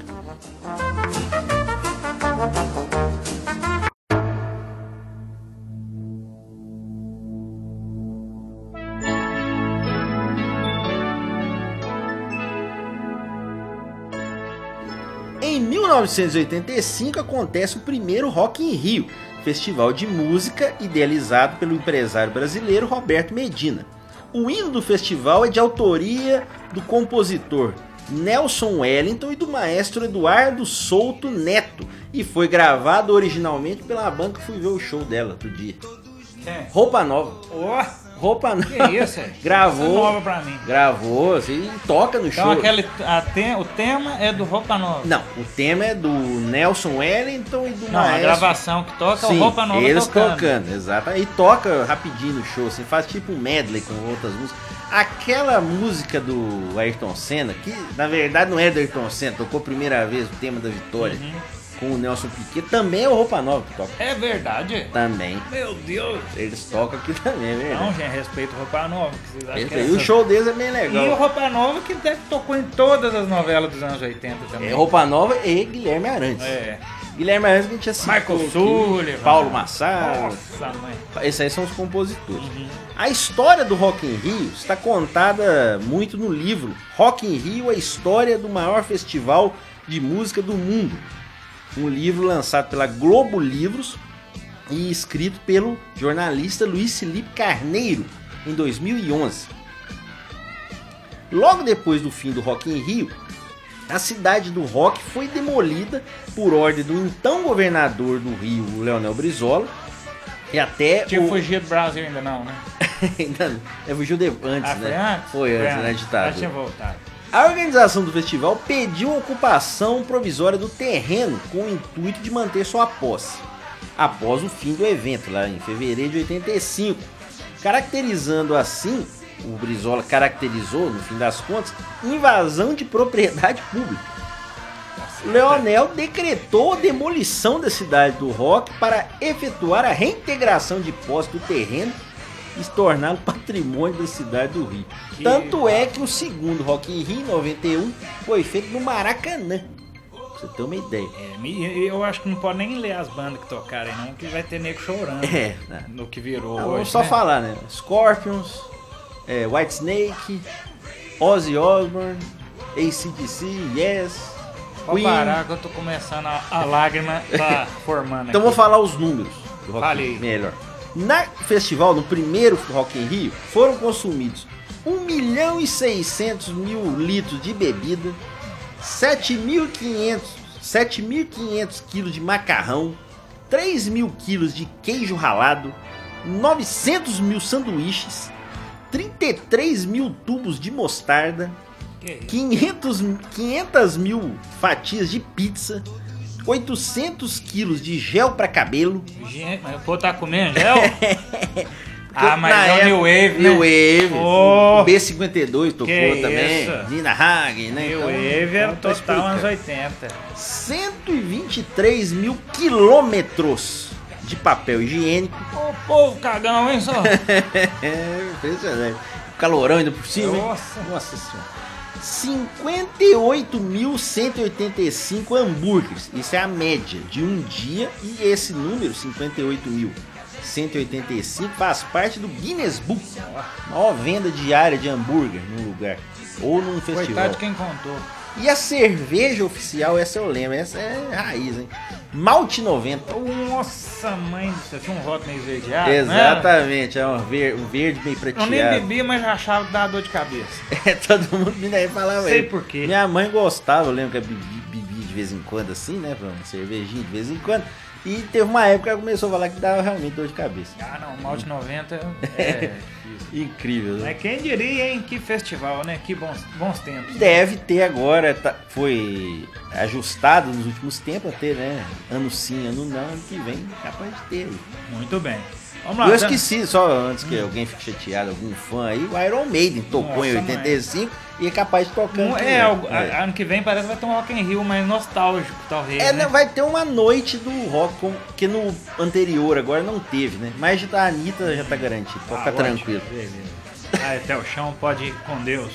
Em mil novecentos e oitenta e cinco acontece o primeiro Rock in Rio, festival de música idealizado pelo empresário brasileiro Roberto Medina. O hino do festival é de autoria do compositor Nelson Wellington e do maestro Eduardo Souto Neto e foi gravado originalmente pela banda que fui ver o show dela outro dia. É. Roupa Nova. Ó, Roupa Nova. que isso, é? Gravou. Isso é nova pra mim. Gravou, assim, e toca no Então show. aquele, a te- o tema é do Roupa Nova. Não, o tema é do Nelson Wellington e do Não, a maestro. gravação que toca é Sim, o Roupa Nova eles tocando. tocando, exato. E toca rapidinho no show, assim, faz tipo um medley com outras músicas. Aquela música do Ayrton Senna, que na verdade não é do Ayrton Senna, tocou a primeira vez o tema da Vitória Uhum. com o Nelson Piquet, também é o Roupa Nova que toca. É verdade? Também. Meu Deus. Eles tocam aqui também, é verdade. Não, gente, respeito o Roupa Nova. Que vocês acham Eles- que é e o essa- show deles é bem E o legal. Roupa Nova que deve tocou em todas as novelas dos anos oitenta também. É Roupa Nova e Guilherme Arantes. É. Guilherme Arantes que a gente assistiu Michael aqui, Sullivan. Paulo Massaro. Nossa, mãe. Esses aí são os compositores. Uhum. A história do Rock in Rio está contada muito no livro Rock in Rio, a história do maior festival de música do mundo. Um livro lançado pela Globo Livros e escrito pelo jornalista Luiz Felipe Carneiro em dois mil e onze. Logo depois do fim do Rock in Rio, a cidade do rock foi demolida por ordem do então governador do Rio, Leonel Brizola, e até Tinha o... fugido do Brasil ainda não, né? Ainda não. É, fugiu de... antes, Ah, foi né? antes? Foi antes, Foi né, Já ditadura. tinha voltado. A organização do festival pediu a ocupação provisória do terreno com o intuito de manter sua posse, após o fim do evento, lá em fevereiro de oitenta e cinco, caracterizando assim, o Brizola caracterizou, no fim das contas, invasão de propriedade pública. Leonel decretou a demolição da cidade do rock para efetuar a reintegração de posse do terreno e se torná-lo patrimônio da cidade do Rio. Que Tanto é que o segundo Rock in Rio, em noventa e um, foi feito no Maracanã. Pra você ter uma ideia. É, me- eu acho que não pode nem ler as bandas que tocaram aí, não, que vai ter nego chorando É, né? no que virou Não, hoje, vamos só né? falar, né? Scorpions, é, Whitesnake, Ozzy Osbourne, A C D C, Yes, Pode Queen. parar que eu tô começando, a, a lágrima tá formando Então aqui. vou falar os números do Rock in Fale aí. Rio, melhor. Na festival, no primeiro Rock in Rio, foram consumidos um milhão e seiscentos mil litros de bebida, sete mil e quinhentos quilos de macarrão, três mil quilos de queijo ralado, novecentos mil sanduíches, trinta e três mil tubos de mostarda, Que isso? quinhentos, quinhentas mil fatias de pizza, oitocentos quilos de gel para cabelo. Gente, mas o povo tá comendo gel? ah, mas Na é o época- New Wave, né? New Wave, Oh, o B cinquenta e dois tocou que também, isso? Nina Hagen, né? New Então, Wave era então tá total anos explicado. oitenta. cento e vinte e três mil quilômetros de papel higiênico. Ô, povo cagão, hein, só? É impressionante. Calorão ainda por cima, hein? Nossa. Nossa senhora. cinquenta e oito mil cento e oitenta e cinco hambúrgueres. Isso é a média de um dia. E esse número, cinquenta e oito mil cento e oitenta e cinco, faz parte do Guinness Book. Maior venda diária de hambúrguer num lugar. Ou num festival. Coitado de quem contou. E a cerveja oficial, essa eu lembro. Essa é a raiz, hein? Malte noventa. Nossa, mãe do céu, tinha um rótulo meio esverdeado, né? Exatamente, é um verde, um verde meio Eu nem prateado. bebia, mas já achava que dava dor de cabeça. É, todo mundo vindo aí falava Sei isso. por quê. Minha mãe gostava, eu lembro que eu bebi, bebi de vez em quando assim, né? Pra uma cervejinha de vez em quando. E teve uma época que ela começou a falar que dava realmente dor de cabeça. Ah, não, malte noventa é difícil. Incrível, né? Mas quem diria, hein? Que festival, né? Que bons, bons tempos. Deve ter agora, tá- foi ajustado nos últimos tempos a ter, né? Ano sim, ano não, ano que vem, capaz de ter. Muito bem. Vamos E lá. eu Dan. esqueci, só antes que alguém fique chateado, algum fã aí, o Iron Maiden tocou em Nossa, oitenta e cinco e é capaz de tocar. Um, é, o, é. A, ano que vem parece que vai ter um Rock in Rio mais nostálgico, talvez. É, né? Vai ter uma noite do rock, que no anterior agora não teve, né? Mas a Anitta já tá garantida, pode ah, ficar tranquilo. Ah, até o chão pode ir com Deus.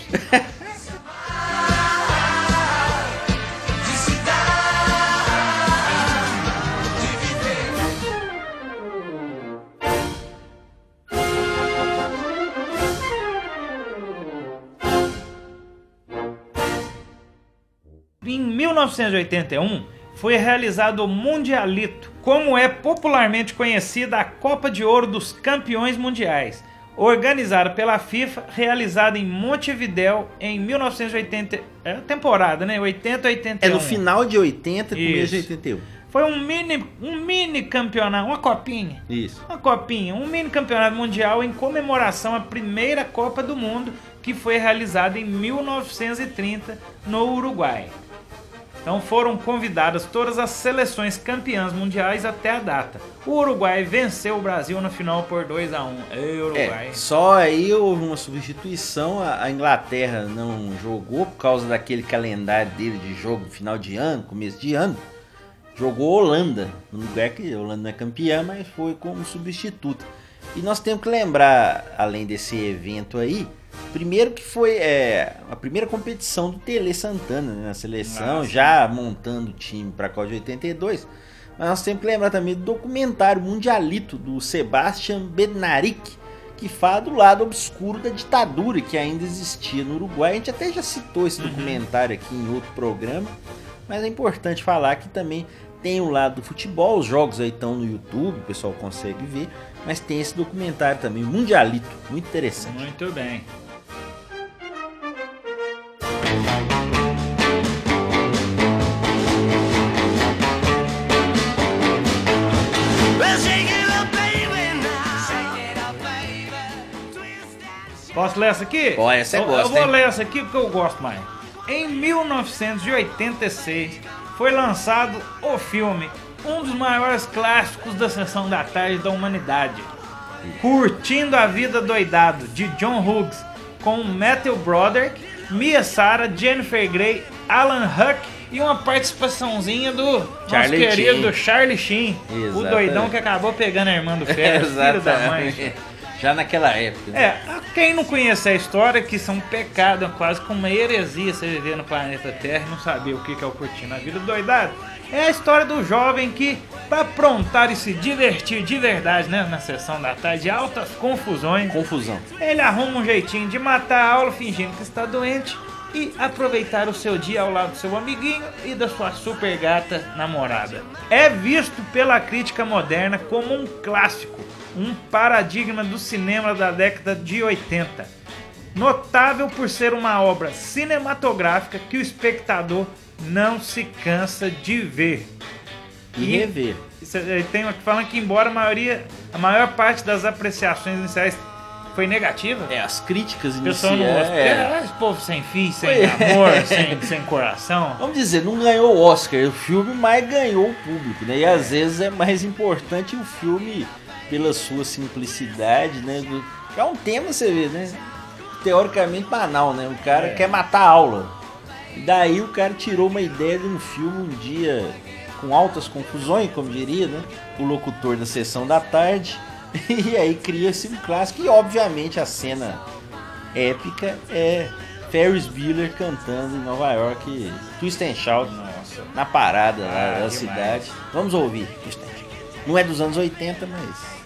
Em mil novecentos e oitenta e um, foi realizado o Mundialito, como é popularmente conhecida a Copa de Ouro dos Campeões Mundiais, organizada pela FIFA, realizada em Montevidéu em mil novecentos e oitenta, é a temporada, né? oitenta a oitenta e um. É no final de oitenta e começo de oitenta e um. Foi um mini, um mini campeonato, uma copinha. Isso. Uma copinha, um mini campeonato mundial em comemoração à primeira Copa do Mundo, que foi realizada em mil novecentos e trinta no Uruguai. Então foram convidadas todas as seleções campeãs mundiais até a data. O Uruguai venceu o Brasil na final por dois a um. Ei, Uruguai. É, só aí houve uma substituição, a Inglaterra não jogou por causa daquele calendário dele de jogo final de ano, começo de ano. Jogou Holanda, no lugar que a Holanda não é campeã, mas foi como substituto. E nós temos que lembrar, além desse evento aí, primeiro que foi é, a primeira competição do Tele Santana, né, na seleção, Nossa. já montando o time para a Copa de oitenta e dois. Mas nós temos que lembrar também do documentário Mundialito do Sebastian Bednarik, que fala do lado obscuro da ditadura que ainda existia no Uruguai. A gente até já citou esse documentário aqui em outro programa, mas é importante falar que também tem o lado do futebol, os jogos aí estão no YouTube, o pessoal consegue ver, mas tem esse documentário também, Mundialito, muito interessante. Muito bem. Posso ler essa aqui? Pô, essa é eu, gosta, eu vou hein? ler essa aqui porque eu gosto mais. Em mil novecentos e oitenta e seis foi lançado o filme, um dos maiores clássicos da sessão da tarde da humanidade, Curtindo a Vida Doidado, de John Hughes, com Matthew Broderick, Mia Sara, Jennifer Grey, Alan Huck e uma participaçãozinha do Charlie nosso querido Sheen. Charlie Sheen, Exatamente. o doidão que acabou pegando a irmã do Ferro, filho da mãe. Já naquela época. Né? É, quem não conhece a história, que isso é um pecado, é quase como uma heresia você viver no planeta Terra e não saber o que é o Curtindo a Vida Doidado. É a história do jovem que, para aprontar e se divertir de verdade, né, na sessão da tarde, altas confusões, Confusão. ele arruma um jeitinho de matar a aula fingindo que está doente e aproveitar o seu dia ao lado do seu amiguinho e da sua super gata namorada. É visto pela crítica moderna como um clássico, um paradigma do cinema da década de oitenta. Notável por ser uma obra cinematográfica que o espectador não se cansa de ver. E rever. Tem uma que fala que embora a maioria, a maior parte das apreciações iniciais foi negativa. É, as críticas O pessoal iniciais. não gostou. É. Esse povo sem fim, sem amor, sem, sem coração. Vamos dizer, não ganhou o Oscar o filme, mas ganhou o público, né? E é. às vezes é mais importante o filme pela sua simplicidade, né? É um tema, você vê, né? Teoricamente banal, né? O cara é. quer matar a aula. E daí o cara tirou uma ideia de um filme um dia com altas confusões, como diria, né? O locutor da sessão da tarde. E aí cria-se um clássico. E obviamente a cena épica é Ferris Bueller cantando em Nova York Twist and Shout. Nossa. Na parada ah, lá da demais. cidade. Vamos ouvir Twist and Shout. Não é dos anos oitenta, mas...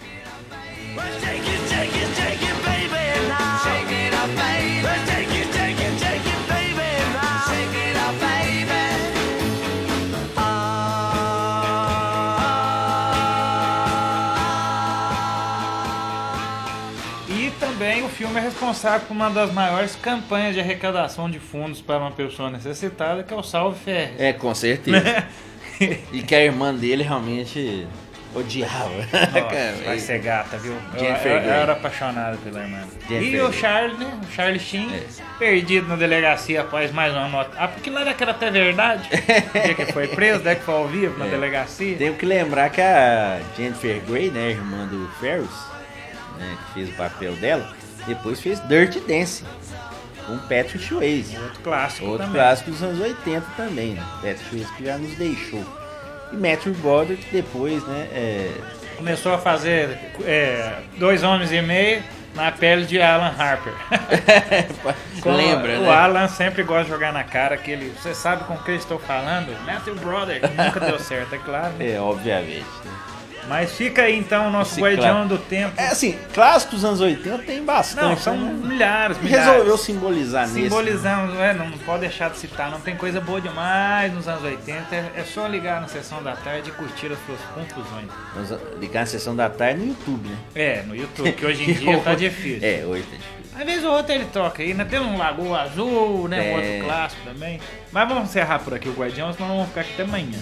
E também o filme é responsável por uma das maiores campanhas de arrecadação de fundos para uma pessoa necessitada, que é o Salve Ferris. É, com certeza. E que a irmã dele realmente odiava. Nossa, vai ser gata, viu? Eu, eu, eu era apaixonado pela irmã. Jennifer e o Charlie, né? O Charlie Sheen, é. perdido na delegacia após mais uma nota. Ah, porque lá era que era até verdade. O dia que foi preso, né? Que foi ao vivo na é. delegacia. Tenho que lembrar que a Jennifer Grey, né? A irmã do Ferris, né, que fez o papel dela, depois fez Dirty Dancing. com Patrick Swayze. Outro clássico Outro também. clássico dos anos oitenta também, né? Patrick Swayze que já nos deixou. E Matthew Broderick que depois, né? É... Começou a fazer é, Dois Homens e Meio na pele de Alan Harper. Lembra, o, né? O Alan sempre gosta de jogar na cara aquele... Você sabe com quem eu estou falando? Matthew Broderick. Nunca deu certo, é claro. Né? É, obviamente. Mas fica aí então o nosso Esse guardião clá- do tempo. É assim, clássicos dos anos oitenta tem bastante. Não, são né? milhares, E milhares. resolveu simbolizar nesse. Simbolizamos, é, não pode deixar de citar, não tem coisa boa demais nos anos oitenta, é, é só ligar na sessão da tarde e curtir as suas conclusões. Vamos ligar na sessão da tarde no YouTube, né? É, no YouTube, que hoje em dia tá difícil. É, hoje tá difícil. Às vezes o outro ele toca aí, né? Tem um Lagoa Azul, né? É. Um outro clássico também. Mas vamos encerrar por aqui o Guardião, senão vamos ficar aqui até amanhã.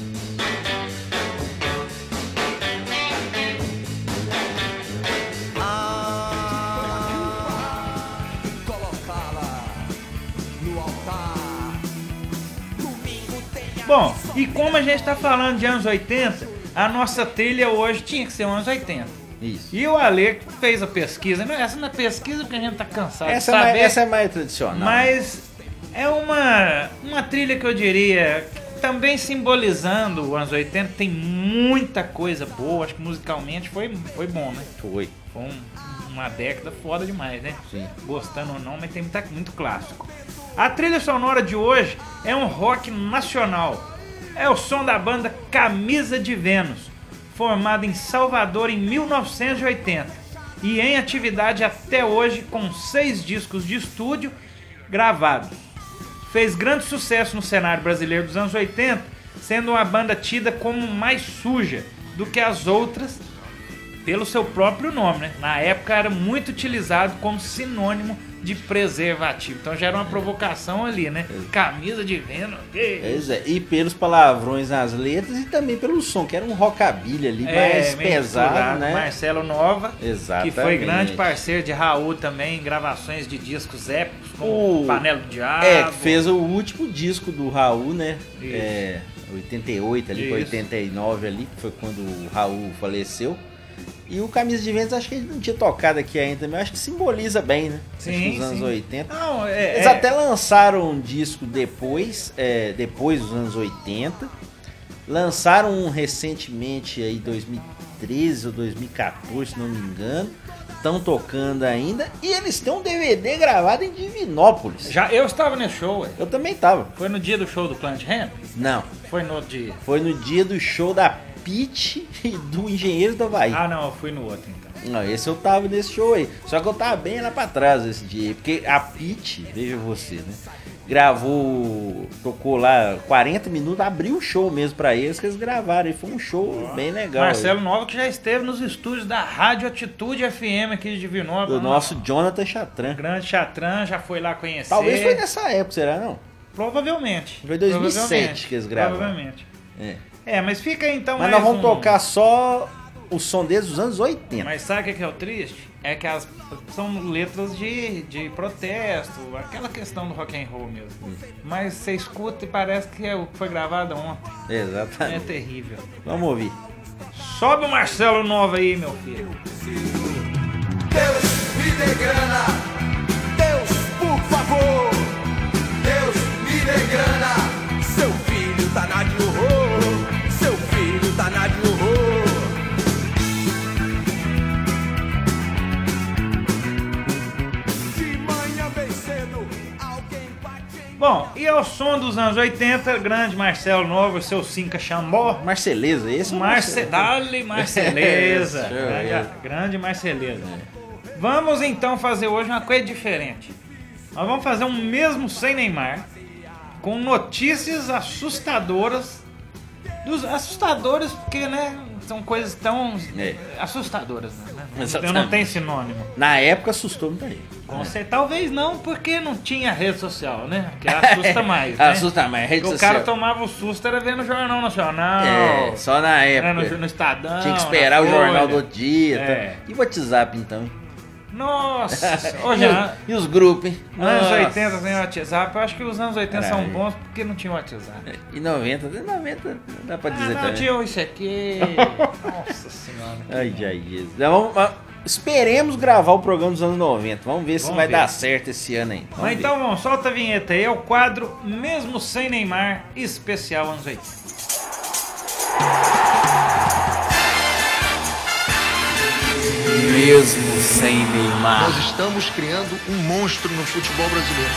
Bom, e como a gente tá falando de anos oitenta, a nossa trilha hoje tinha que ser anos oitenta. Isso. E o Ale fez a pesquisa, não, essa não é pesquisa porque a gente tá cansado Essa, de é saber, mais, essa é mais tradicional. mas é uma, uma trilha que eu diria, também simbolizando os anos oitenta, tem muita coisa boa, acho que musicalmente foi, foi bom, né? Foi. Foi um, uma década foda demais, né? Sim. Gostando ou não, mas tem muita, muito clássico. A trilha sonora de hoje é um rock nacional. É o som da banda Camisa de Vênus, formada em Salvador em mil novecentos e oitenta e em atividade até hoje com seis discos de estúdio gravados. Fez grande sucesso no cenário brasileiro dos anos oitenta, sendo uma banda tida como mais suja do que as outras pelo seu próprio nome, né? Na época era muito utilizado como sinônimo de preservativo. Então já era uma provocação ali, né? Camisa de Vênus. Pois é, e pelos palavrões nas letras e também pelo som, que era um rockabilly ali mais meio pesado, misturado. né? Marcelo Nova, Exatamente. que foi grande parceiro de Raul também em gravações de discos épicos, como O- Panela do Diabo. É, que fez o último disco do Raul, né? Isso. É, oitenta e oito ali, Isso. oitenta e nove ali, que foi quando o Raul faleceu. E o Camisa de Vênus, acho que ele não tinha tocado aqui ainda, mas acho que simboliza bem, né? Acho que Sim, nos anos sim. oitenta. Não, é, Eles é- até lançaram um disco depois, é, depois dos anos oitenta. Lançaram um recentemente aí, dois mil e treze ou dois mil e quatorze, se não me engano. Estão tocando ainda. E eles têm um D V D gravado em Divinópolis. Já, eu estava nesse show, ué. Eu também tava. Foi no dia do show do Planet Ramp? Não, Foi no outro dia? foi no dia do show da Pitty e do Engenheiros do Havaí. Ah, não, eu fui no outro então. Não, esse eu tava nesse show aí. Só que eu tava bem lá pra trás esse dia aí, porque a Pitty, veja você, né? Gravou, tocou lá quarenta minutos, abriu o show mesmo pra eles, que eles gravaram. E foi um show bem legal. Marcelo aí. Nova, que já esteve nos estúdios da Rádio Atitude F M aqui de Divinópolis. Do nosso Jonathan Chatran. grande Chatran, já foi lá conhecer. Talvez foi nessa época, será não? Provavelmente. Foi dois mil e sete Provavelmente. que eles gravaram. Provavelmente. É. É, mas fica aí então Mas mais nós vamos um- tocar só o som deles dos anos oitenta. Mas sabe o que que é o triste? É que as, são letras de, de protesto, aquela questão do rock and roll mesmo. Mas você escuta e parece que é o que foi gravado ontem. É Exatamente. terrível. Vamos ouvir. Sobe o Marcelo Nova aí, meu filho. Deus me dê grana, Deus, por favor. Deus me dê grana, seu filho tá na de horror, seu filho tá na de horror. De manhã bem cedo, alguém bate em... Bom, e ao som dos anos oitenta, grande Marcelo Nova, seu Cinca Xambó. Marceleza, esse é o Marce... Marceleza. Dale Marceleza. Show, grande, é. grande Marceleza. Vamos então fazer hoje uma coisa diferente. Nós vamos fazer um mesmo sem Neymar, com notícias assustadoras. Dos assustadoras, porque, né, são coisas tão É. assustadoras, né? Exatamente. Não tem sinônimo. Na época assustou muita gente. Com certeza, talvez não, porque não tinha rede social, né? Que assusta mais, né? Assusta mais, rede O social. cara tomava o susto, era vendo o Jornal Nacional. É, só na né, época. no, no Estadão. Tinha que esperar na o jornal Folha. do outro dia. É. Tá? E o WhatsApp, então? Nossa! e, Hoje, os, e os grupos, hein? anos Nossa. oitenta sem WhatsApp, eu acho que os anos oitenta são Caralho. bons porque não tinha WhatsApp. E noventa, noventa, não dá pra Ah, dizer não, também. tinha isso aqui. Nossa senhora. Ai, ai, Jesus. Então, vamos, esperemos gravar o programa dos anos noventa. Vamos ver se Vamos vai ver. dar certo esse ano aí. Vamos Mas ver. então, vamos, solta a vinheta aí. É o quadro Mesmo Sem Neymar, especial anos oitenta. Mesmo sem Neymar. Nós estamos criando um monstro no futebol brasileiro.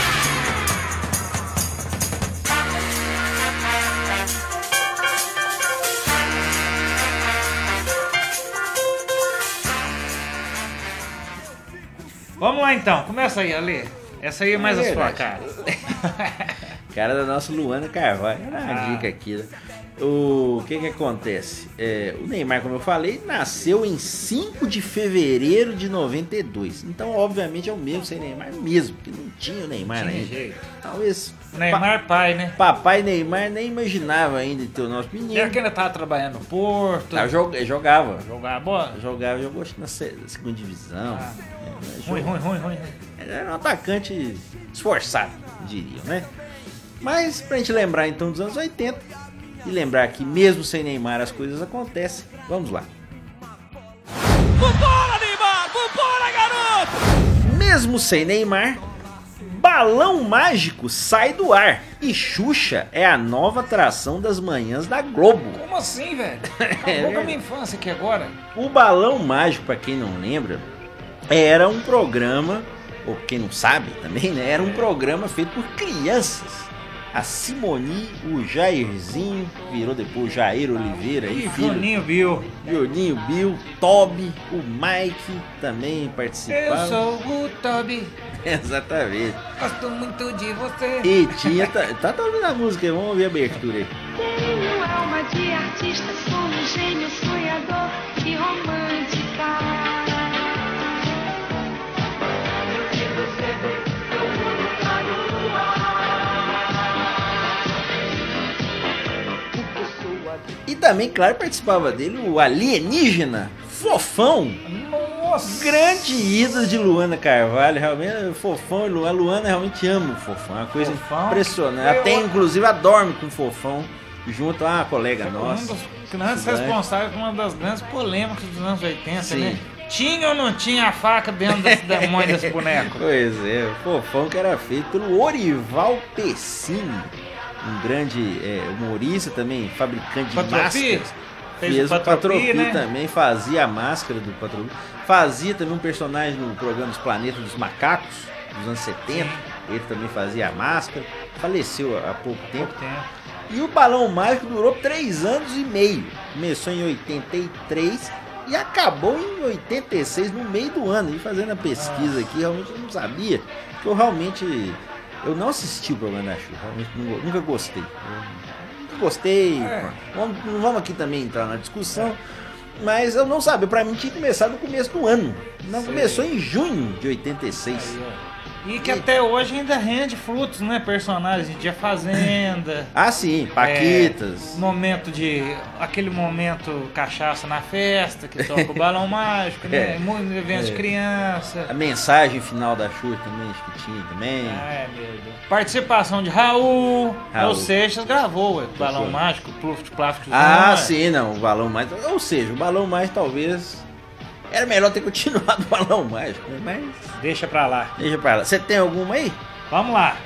Vamos lá então, começa aí, Ale. Essa aí é mais É a sua verdade. cara. Cara da nossa Luana Carvalho. Era uma Ah. dica aqui, né? O que que acontece? É, o Neymar, como eu falei, nasceu em cinco de fevereiro de noventa e dois. Então, obviamente, é o mesmo sem Neymar mesmo, porque não tinha o Neymar Tinha ainda. jeito. Talvez Neymar pai, né? pa- papai Neymar nem imaginava ainda ter o nosso menino. Ele que ainda tava trabalhando no Porto. Ah, jog- jogava. Jogar bola. Jogava, jogou acho que na se- segunda divisão. Ah. É, Ruim, jogou- ruim, ruim, ruim. Era um atacante esforçado, diriam, né? Mas pra gente lembrar então dos anos oitenta e lembrar que mesmo sem Neymar as coisas acontecem, vamos lá. Vambora, Neymar! Vambora, garoto! Mesmo sem Neymar, Balão Mágico sai do ar e Xuxa é a nova atração das manhãs da Globo. Como assim, velho? É Acabou com a verdade. minha infância aqui agora. O Balão Mágico, pra quem não lembra, era um programa, ou quem não sabe também, né? Era um programa feito por crianças. A Simoni, o Jairzinho, virou depois o Jair Oliveira, Ih, e filho, Juninho Bill. Juninho, Bill, Toby, o Mike também participava. Eu sou o Toby. Exatamente. Gosto muito de você. E tinha. Tá, tá, tá ouvindo a música aí, vamos ouvir a abertura aí. Tenho alma de artista, sou um gênio sonhador e romântica. E também, claro, participava dele o alienígena Fofão. Nossa. Grande ídolo de Luana Carvalho, realmente, Fofão e Luana, a Luana realmente ama o Fofão, é uma coisa Fofão. impressionante. Ela Eu- tem, inclusive, ela dorme com o Fofão, junto a uma colega Um nossa. dos grandes estudante. responsáveis por uma das grandes polêmicas dos anos oitenta, Sim. né? Tinha ou não tinha a faca dentro desse demônio desse boneco? Pois é, o Fofão que era feito pelo Orival Pessini, um grande é, humorista também, fabricante de Patropi? máscaras. Fez Fez o o Patropi, Patropi né? também, fazia a máscara do Patropi. Fazia também um personagem no programa dos Planetas dos Macacos, dos anos setenta. Ele também fazia a máscara. Faleceu há pouco tempo. Pouco tempo. E o Balão Mágico durou três anos e meio. Começou em oitenta e três e acabou em oitenta e seis, no meio do ano. E fazendo a pesquisa aqui, realmente eu não sabia. Porque eu realmente... Eu não assisti o programa da Xuxa. Realmente não- nunca gostei. Eu nunca gostei. É. Vamos, não vamos aqui também entrar na discussão. Mas eu não sabia. Pra mim tinha começado no começo do ano. Não, Sei. começou em junho de oitenta e seis. Aí, ó. E que até hoje ainda rende frutos, né? Personagens de A Fazenda. Ah, sim. Paquitas. É, momento de. Aquele momento cachaça na festa, que toca o balão mágico, né? É. Muitos eventos de criança. A mensagem final da Xuxa também, acho que tinha também. Ai, meu Deus. Participação de Raul. Raul. Ou Seixas gravou o balão Tocou. mágico, Pluft Plástico. Ah, sim, não, o Balão Mágico. Ou seja, o Balão Mágico talvez. Era melhor ter continuado o Balão Mágico, né? Mas Deixa pra lá. deixa pra lá. Você tem alguma aí? Vamos lá.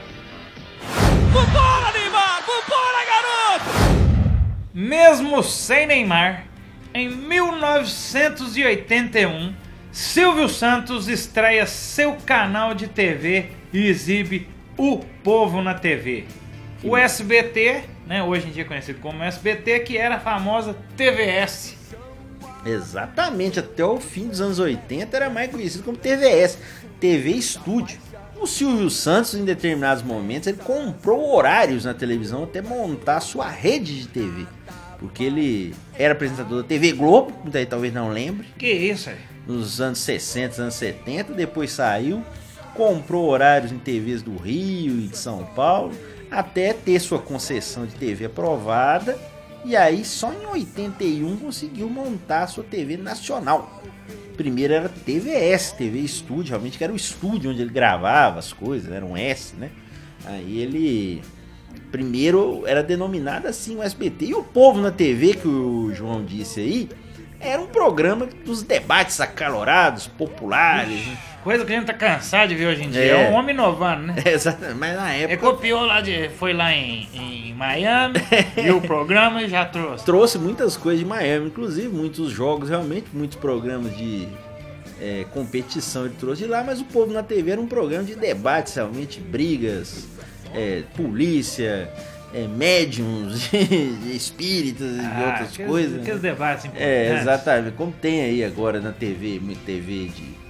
Vambora, Neymar! Vambora, garoto! Mesmo sem Neymar, em mil novecentos e oitenta e um, Silvio Santos estreia seu canal de T V e exibe O Povo na T V. O S B T, né, hoje em dia conhecido como S B T, que era a famosa T V S. Exatamente, até o fim dos anos oitenta era mais conhecido como T V S, T V Estúdio. O Silvio Santos, em determinados momentos, ele comprou horários na televisão até montar sua rede de T V. Porque ele era apresentador da T V Globo, muita gente talvez não lembre, Que isso aí? nos anos sessenta, anos setenta, depois saiu, comprou horários em T Vs do Rio e de São Paulo, até ter sua concessão de T V aprovada, e aí só em oitenta e um conseguiu montar a sua T V nacional. Primeiro era T V S, T V Estúdio, realmente que era o estúdio onde ele gravava as coisas, era um S, né? Aí ele... Primeiro era denominado assim o S B T. E o Povo na T V, que o João disse aí, Era um programa dos debates acalorados, populares. Coisa que a gente tá cansado de ver hoje em dia. É. É um homem inovando, né? Exatamente, mas na Ele época copiou lá de. Foi lá em, em Miami, viu o programa e já trouxe. trouxe muitas coisas de Miami, inclusive muitos jogos, realmente, muitos programas de é, competição ele trouxe de lá, mas o Povo na T V era um programa de debates, realmente, brigas, é, polícia, é, médiums, de espíritas e Ah, outras aqueles, coisas. Aqueles né? debates importantes. É, exatamente, como tem aí agora na T V, muito T V de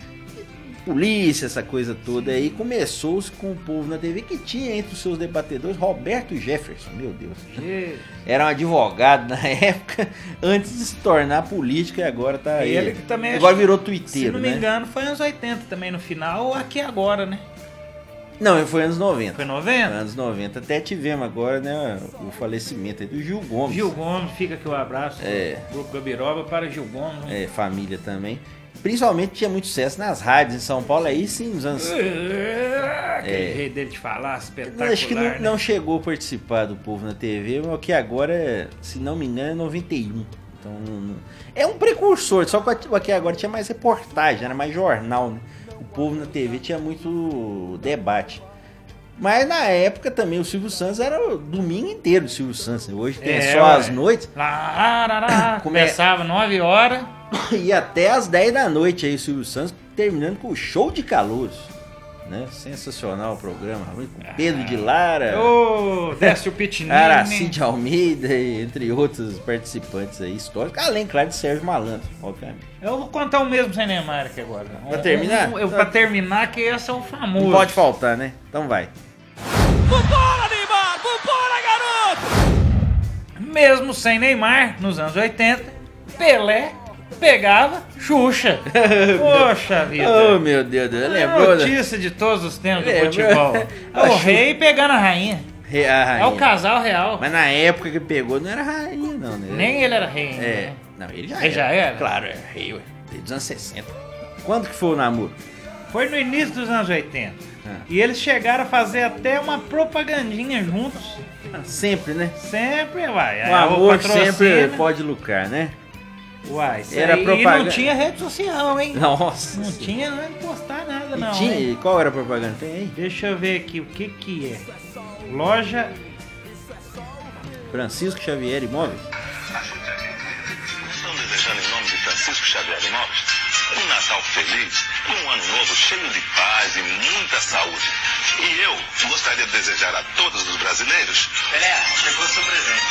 polícia, essa coisa toda aí, começou-se com o Povo na T V, que tinha entre os seus debatedores Roberto Jefferson, meu Deus. E- Era um advogado na época, antes de se tornar político, e agora tá aí. Ele que também agora acho- virou Se tuiteiro, não me né? engano, foi anos oitenta também no final, ou aqui agora, né? Não, foi anos noventa. Foi noventa? Anos noventa. Até tivemos agora, né, o falecimento aí do Gil Gomes. Gil Gomes, fica aqui o abraço É. do Grupo Gabiroba para Gil Gomes. né? É, família também. Principalmente tinha muito sucesso nas rádios em São Paulo, aí sim, nos anos... É, Aquele É. jeito dele de falar, espetacular. Acho que não, né? não chegou a participar do Povo na T V, mas o que agora, é, se não me engano, é noventa e um. Então, não- é um precursor, só que o aqui agora tinha mais reportagem, era mais jornal, né? O Povo na T V tinha muito debate. Mas na época também o Silvio Santos era o domingo inteiro do Silvio Santos. Né? Hoje tem É, só ué. as noites. Lá, lá, lá, Como é? começava nove horas. E até as dez da noite aí o Silvio Santos terminando com o Show de Calouros. Né? Sensacional o programa. Com Pedro de Lara, Ô, Décio Pitinini. Aracide Almeida, e entre outros participantes aí históricos. Além, claro, de Sérgio Malandro, obviamente. Eu vou contar o mesmo sem Neymar aqui agora. Pra terminar? Um, eu, pra terminar, que esse é o famoso. Não pode faltar, né? Então vai. Vambora, Neymar! Vambora, garoto! Mesmo sem Neymar, nos anos oitenta, Pelé pegava Xuxa. Poxa vida. Oh, meu Deus, Deus. Lembrou, né? Notícia de todos os tempos do Lembrou? futebol. É A o Xuxa. rei pegando a rainha. Re- a rainha. É o casal real. Mas na época que pegou, não era rainha, não, né? Nem ele era rei. É. né? Não, ele já Ele era. já era? Claro, é rei, ué. Desde os anos sessenta. Quando que foi o namoro? Foi no início dos anos oitenta. Ah. E eles chegaram a fazer até uma propagandinha juntos. Sempre, né? Sempre, uai. O amor patrocínio. sempre pode lucrar, né? Uai, isso Era aí. propaganda. E não tinha rede social, hein? Nossa. Não Senhora. tinha não postar nada, E não. tinha, hein? e qual era a propaganda? Tem aí? Deixa eu ver aqui o que que é. Loja. Francisco Xavier Imóveis? Estamos desejando em nome de Francisco Xavier Imóveis um Natal feliz e um ano novo cheio de paz e muita saúde. E eu gostaria de desejar a todos os brasileiros... Pelé, chegou seu presente.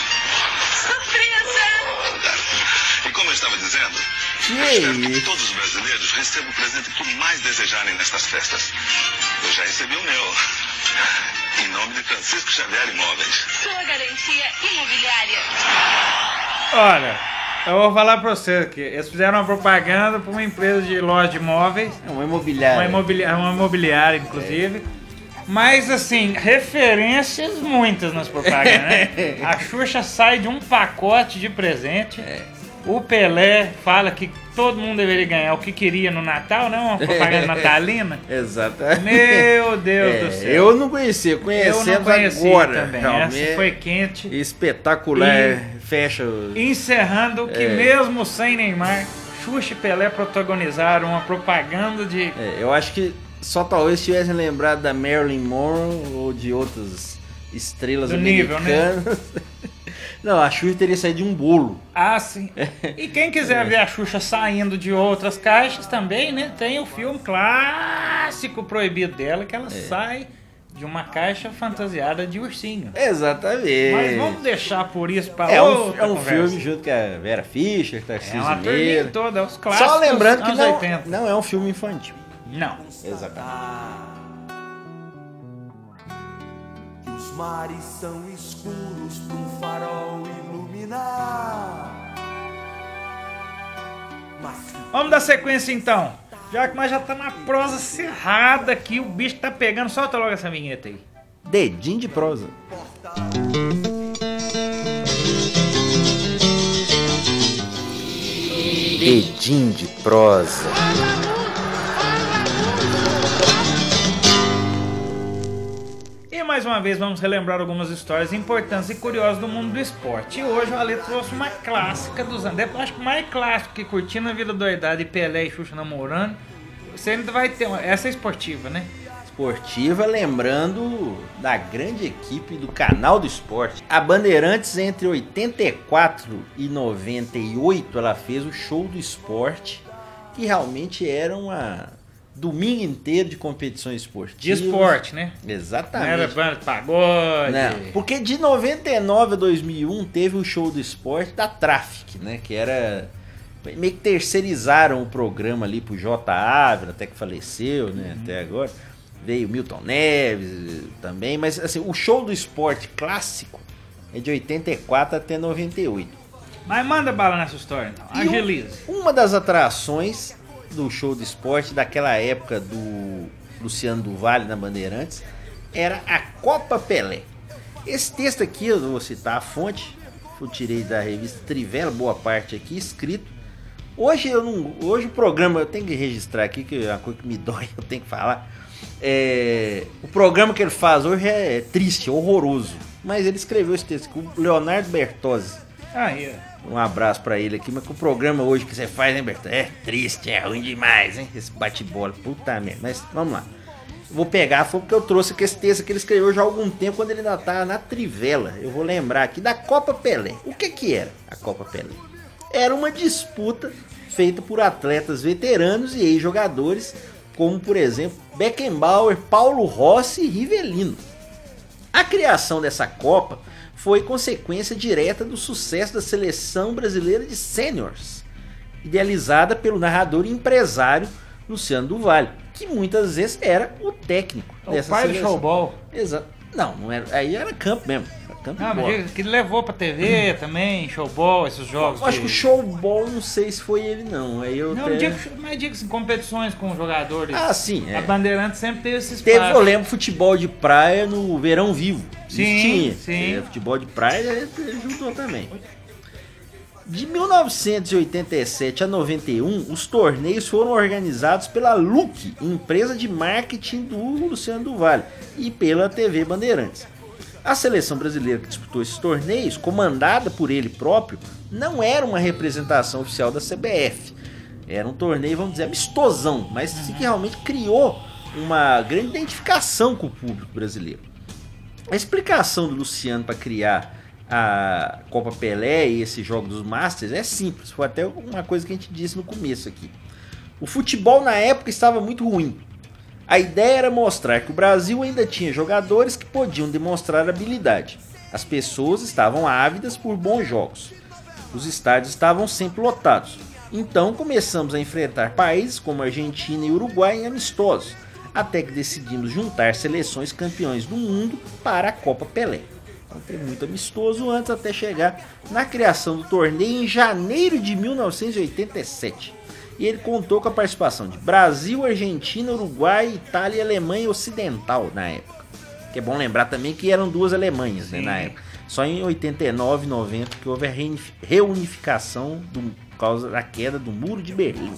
Surpresa! E como eu estava dizendo, eu espero que isso? todos os brasileiros recebam o presente que mais desejarem nestas festas. Eu já recebi o meu. Em nome de Francisco Xavier Imóveis. Sua garantia imobiliária. Olha, eu vou falar pra você aqui. Eles fizeram uma propaganda pra uma empresa de loja de imóveis. É uma imobiliária. Uma imobiliária, uma imobiliária inclusive. Mas assim, referências muitas nas propagandas, né? A Xuxa sai de um pacote de presente. O Pelé fala que todo mundo deveria ganhar o que queria no Natal, não? Uma propaganda natalina. Exatamente. Meu Deus É, do céu. eu não conhecia, Eu conhecendo não conhecia agora. também. Realmente, Essa foi quente. espetacular. E- Fecha os... Encerrando que É. mesmo sem Neymar, Xuxa e Pelé protagonizaram uma propaganda de... É, eu acho que só talvez tivessem lembrado da Marilyn Monroe ou de outras estrelas Do nível, né? americanas. Não, a Xuxa teria saído de um bolo. Ah, sim. E quem quiser ver a Xuxa saindo de outras caixas também, né? Tem o filme clássico proibido dela, que ela sai de uma caixa fantasiada de ursinho. Exatamente. Mas vamos deixar por isso para É um, outra é um conversa. filme junto com a Vera Fischer, Tarcísio É uma turminha Meira. toda, é os clássicos Só lembrando que anos não, oitenta. não é um filme infantil. Não. Exatamente. Que os mares são escuros pra um farol iluminar. Mas Vamos dar sequência então. Já que nós já tá na prosa cerrada aqui, o bicho tá pegando. Solta logo essa vinheta aí. Dedinho de prosa. Dedinho de prosa. E mais mais uma vez vamos relembrar algumas histórias importantes e curiosas do mundo do esporte. E hoje o Ale trouxe uma clássica dos anos. Eu acho que mais clássico que Curtindo a Vida Doidada e Pelé e Xuxa namorando. Você ainda vai ter uma... Essa é esportiva, né? Esportiva, lembrando da grande equipe do Canal do Esporte. A Bandeirantes, entre oitenta e quatro e noventa e oito, ela fez o Show do Esporte, que realmente era uma domingo inteiro de competições esportivas. De esporte, né? Exatamente. Não era banda de pagode. Não, porque de noventa e nove a dois mil e um teve o Show do Esporte da Traffic, né? Que era... meio que terceirizaram o programa ali pro J. Ávila, até que faleceu, né? Uhum. Até agora. Veio Milton Neves também, mas assim, o Show do Esporte clássico é de oitenta e quatro até noventa e oito. Mas manda bala nessa história, então. Agilize. Um, uma das atrações do Show do Esporte daquela época do Luciano do Vale na Bandeirantes era a Copa Pelé. Esse texto aqui, eu vou citar a fonte, eu tirei da revista Trivela, boa parte aqui, escrito. Hoje eu não, hoje o programa, eu tenho que registrar aqui, que é uma coisa que me dói, eu tenho que falar. É, o programa que ele faz hoje é triste, horroroso. Mas ele escreveu esse texto com o Leonardo Bertozzi. Ah, yeah. Um abraço pra ele aqui, mas com o programa hoje que você faz, hein, Bertozzi? É triste, é ruim demais, hein? Esse bate-bola, puta merda. Mas vamos lá. Vou pegar, foi porque eu trouxe aqui esse texto que ele escreveu já há algum tempo, quando ele ainda tá na Trivela. Eu vou lembrar aqui da Copa Pelé. O que que era a Copa Pelé? Era uma disputa feita por atletas veteranos e ex-jogadores, como, por exemplo, Beckenbauer, Paulo Rossi e Rivelino. A criação dessa Copa foi consequência direta do sucesso da seleção brasileira de seniors, idealizada pelo narrador e empresário Luciano do Vale, que muitas vezes era o técnico o dessa pai seleção. do showball. Exato. Não, não era, aí era campo mesmo. Era campo Não, de bola. mas que ele levou pra T V também, showball, esses jogos. Eu acho de... que o showball, não sei se foi ele não. Aí eu Não, até... digo, mas digo assim, competições com jogadores. Ah, sim. É. A Bandeirantes sempre teve esses Teve, espaços. eu lembro, futebol de praia no Verão Vivo. Sim, Tinha. sim. É, futebol de praia ele, ele juntou também. De mil novecentos e oitenta e sete a noventa e um, os torneios foram organizados pela L U C, empresa de marketing do Luciano do Vale, e pela T V Bandeirantes. A seleção brasileira que disputou esses torneios, comandada por ele próprio, não era uma representação oficial da C B F. Era um torneio, vamos dizer, amistosão, mas sim que realmente criou uma grande identificação com o público brasileiro. A explicação do Luciano para criar a Copa Pelé e esse jogo dos Masters é simples, foi até uma coisa que a gente disse no começo aqui. O futebol na época estava muito ruim. A ideia era mostrar que o Brasil ainda tinha jogadores que podiam demonstrar habilidade. As pessoas estavam ávidas por bons jogos. Os estádios estavam sempre lotados. Então começamos a enfrentar países como Argentina e Uruguai em amistosos, até que decidimos juntar seleções campeões do mundo para a Copa Pelé. Então tem muito amistoso antes até chegar na criação do torneio em janeiro de mil novecentos e oitenta e sete. E ele contou com a participação de Brasil, Argentina, Uruguai, Itália e Alemanha Ocidental na época. Que é bom lembrar também que eram duas Alemanhas, né, na época. Só em oitenta e nove e noventa que houve a reunificação do, por causa da queda do Muro de Berlim.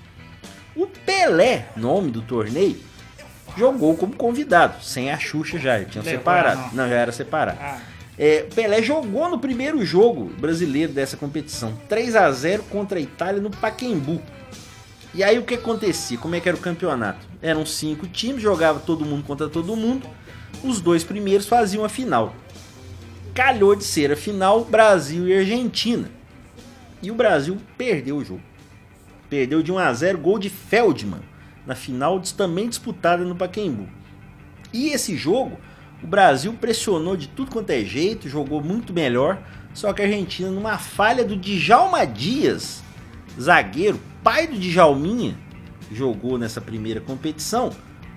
O Pelé, nome do torneio, jogou como convidado, sem a Xuxa já, tinham Levou, separado. Não. não, já era separado. Ah. É, Pelé jogou no primeiro jogo brasileiro dessa competição, três a zero contra a Itália no Pacaembu. E aí o que acontecia? Como é que era o campeonato? Eram cinco times, jogava todo mundo contra todo mundo, os dois primeiros faziam a final. Calhou de ser a final Brasil e Argentina. E o Brasil perdeu o jogo. Perdeu de um a zero, gol de Feldman, na final também disputada no Pacaembu. E esse jogo, o Brasil pressionou de tudo quanto é jeito, jogou muito melhor, só que a Argentina, numa falha do Djalma Dias, zagueiro, pai do Djalminha, jogou nessa primeira competição,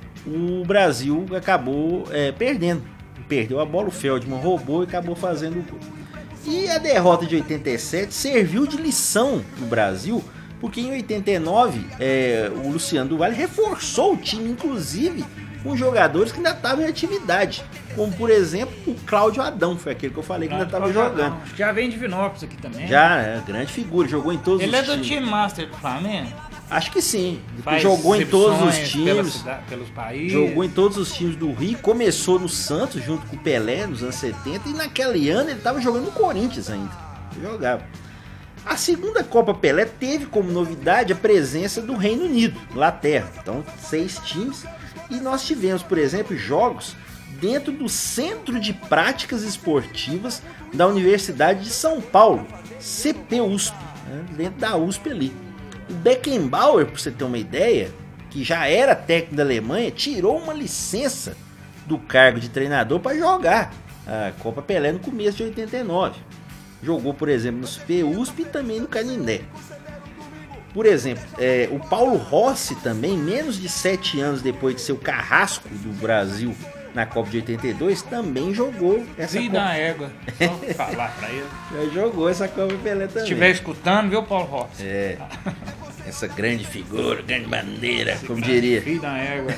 o Brasil acabou é, perdendo. Perdeu a bola, o Feldman roubou e acabou fazendo o gol. E a derrota de oitenta e sete serviu de lição para o Brasil, porque em oitenta e nove é, o Luciano do Vale reforçou o time, inclusive com jogadores que ainda estavam em atividade, como por exemplo o Cláudio Adão, foi aquele que eu falei que ainda estava jogando. Já vem de Vinópolis aqui também. Já, é grande figura, jogou em todos Ele os é do times. time Master do Flamengo? Acho que sim. Faz Jogou em todos os exibições pela times. cida- pelos países. Jogou em todos os times do Rio. Começou no Santos junto com o Pelé nos anos setenta. E naquele ano ele estava jogando no Corinthians ainda. Ele jogava. A segunda Copa Pelé teve como novidade a presença do Reino Unido, Inglaterra. Então, seis times. E nós tivemos, por exemplo, jogos dentro do Centro de Práticas Esportivas da Universidade de São Paulo, C P U S P, né? Dentro da U S P ali. O Beckenbauer, para você ter uma ideia, que já era técnico da Alemanha, tirou uma licença do cargo de treinador para jogar a Copa Pelé no começo de oitenta e nove. Jogou, por exemplo, no C P U S P e também no Canindé. Por exemplo, é, o Paulo Rossi também, menos de sete anos depois de ser o carrasco do Brasil na Copa de oitenta e dois, também jogou essa Vida Copa. na égua. Só falar pra ele. Já jogou essa Copa Pelé também. Se estiver escutando, viu, Paulo Rossi? É, essa grande figura, grande bandeira, como diria. Vida na égua.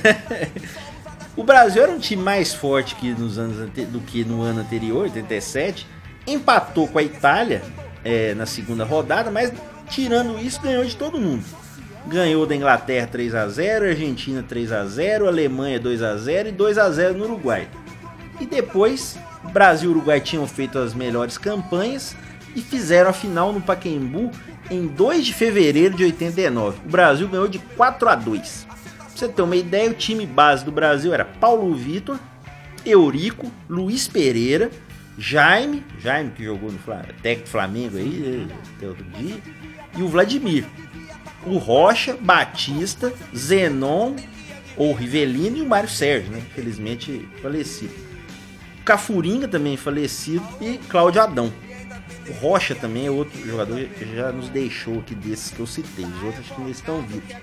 O Brasil era um time mais forte que nos anos ante... do que no ano anterior, oitenta e sete. Empatou com a Itália é, na segunda rodada, mas tirando isso, ganhou de todo mundo. Ganhou da Inglaterra três a zero, Argentina três a zero, Alemanha dois a zero e dois a zero no Uruguai. E depois, Brasil e Uruguai tinham feito as melhores campanhas e fizeram a final no Pacaembu em dois de fevereiro de oitenta e nove. O Brasil ganhou de quatro a dois. Pra você ter uma ideia, o time base do Brasil era Paulo Vitor, Eurico, Luiz Pereira, Jaime, Jaime que jogou no Flamengo, técnico do Flamengo aí, até outro dia, e o Vladimir. O Rocha, Batista, Zenon, ou Rivelino e o Mário Sérgio, né? Infelizmente falecido. O Cafuringa também falecido e Cláudio Adão. O Rocha também é outro jogador que já nos deixou aqui desses que eu citei. Os outros acho que ainda estão vivos.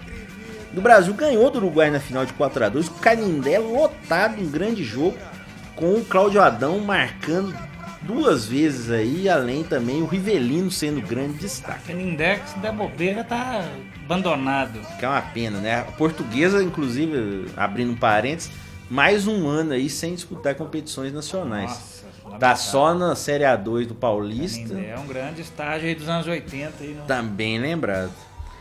O Brasil ganhou do Uruguai na final de quatro a dois. O Canindé lotado, um grande jogo, com o Cláudio Adão marcando duas vezes aí, além também o Rivelino sendo grande destaque. Aquele index da bobeira tá abandonado. Que é uma pena, né? A Portuguesa, inclusive, abrindo um parênteses, mais um ano aí sem disputar competições nacionais. Nossa, Tá só na Série A dois do Paulista. É um grande estágio aí dos anos oitenta. Aí, não? Também lembrado.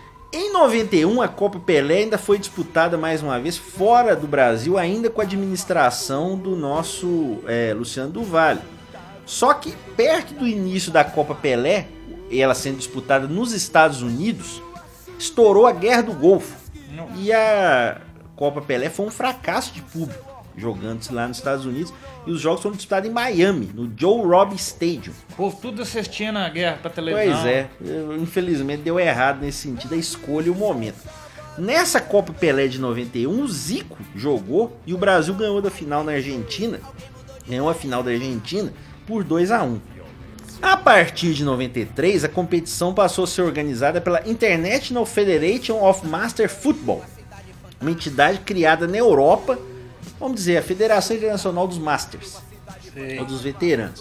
Em noventa e um, a Copa Pelé ainda foi disputada mais uma vez fora do Brasil, ainda com a administração do nosso é, Luciano do Vale. Só que perto do início da Copa Pelé, ela sendo disputada nos Estados Unidos, estourou a Guerra do Golfo. Não. E a Copa Pelé foi um fracasso de público, jogando-se lá nos Estados Unidos. E os jogos foram disputados em Miami, no Joe Robbie Stadium. O povo tudo assistindo a guerra pra televisão. Pois é, eu, infelizmente deu errado nesse sentido, a escolha e o momento. Nessa Copa Pelé de noventa e um, o Zico jogou e o Brasil ganhou da final na Argentina. Ganhou a final da Argentina por dois a um. A partir de noventa e três, a competição passou a ser organizada pela International Federation of Master Football, uma entidade criada na Europa, vamos dizer, a Federação Internacional dos Masters, Sei. ou dos veteranos.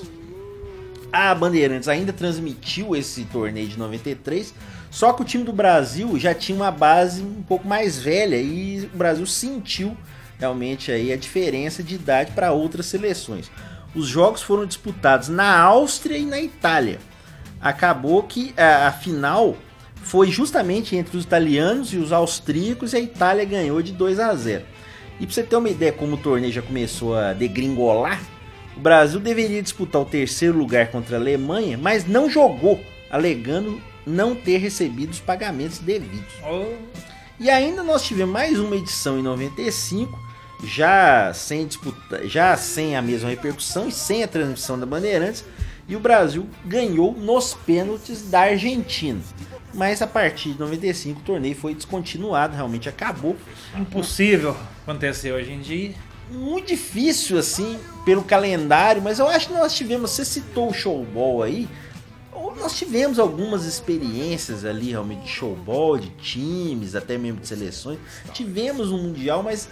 A Bandeirantes ainda transmitiu esse torneio de noventa e três, só que o time do Brasil já tinha uma base um pouco mais velha e o Brasil sentiu realmente aí a diferença de idade para outras seleções. Os jogos foram disputados na Áustria e na Itália. Acabou que a, a final foi justamente entre os italianos e os austríacos e a Itália ganhou de dois a zero. E para você ter uma ideia como o torneio já começou a degringolar, o Brasil deveria disputar o terceiro lugar contra a Alemanha, mas não jogou, alegando não ter recebido os pagamentos devidos. Oh. E ainda nós tivemos mais uma edição em noventa e cinco, já sem disputa, já sem a mesma repercussão e sem a transmissão da Bandeirantes, e o Brasil ganhou nos pênaltis da Argentina. Mas a partir de noventa e cinco o torneio foi descontinuado, realmente acabou. Impossível acontecer hoje em dia. Muito difícil assim pelo calendário, mas eu acho que nós tivemos, você citou o showball aí, ou nós tivemos algumas experiências ali realmente de showball, de times, até mesmo de seleções. Tivemos um mundial, mas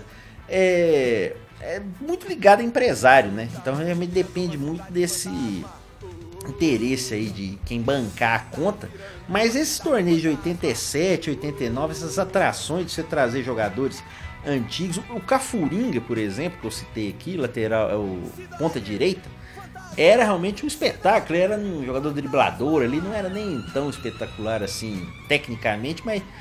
é, é muito ligado a empresário, né? Então realmente depende muito desse interesse aí de quem bancar a conta. Mas esses torneios de oitenta e sete, oitenta e nove, essas atrações de você trazer jogadores antigos, o Cafuringa, por exemplo, que eu citei aqui, lateral, o ponta direita, era realmente um espetáculo. Era um jogador driblador ali, não era nem tão espetacular assim tecnicamente, mas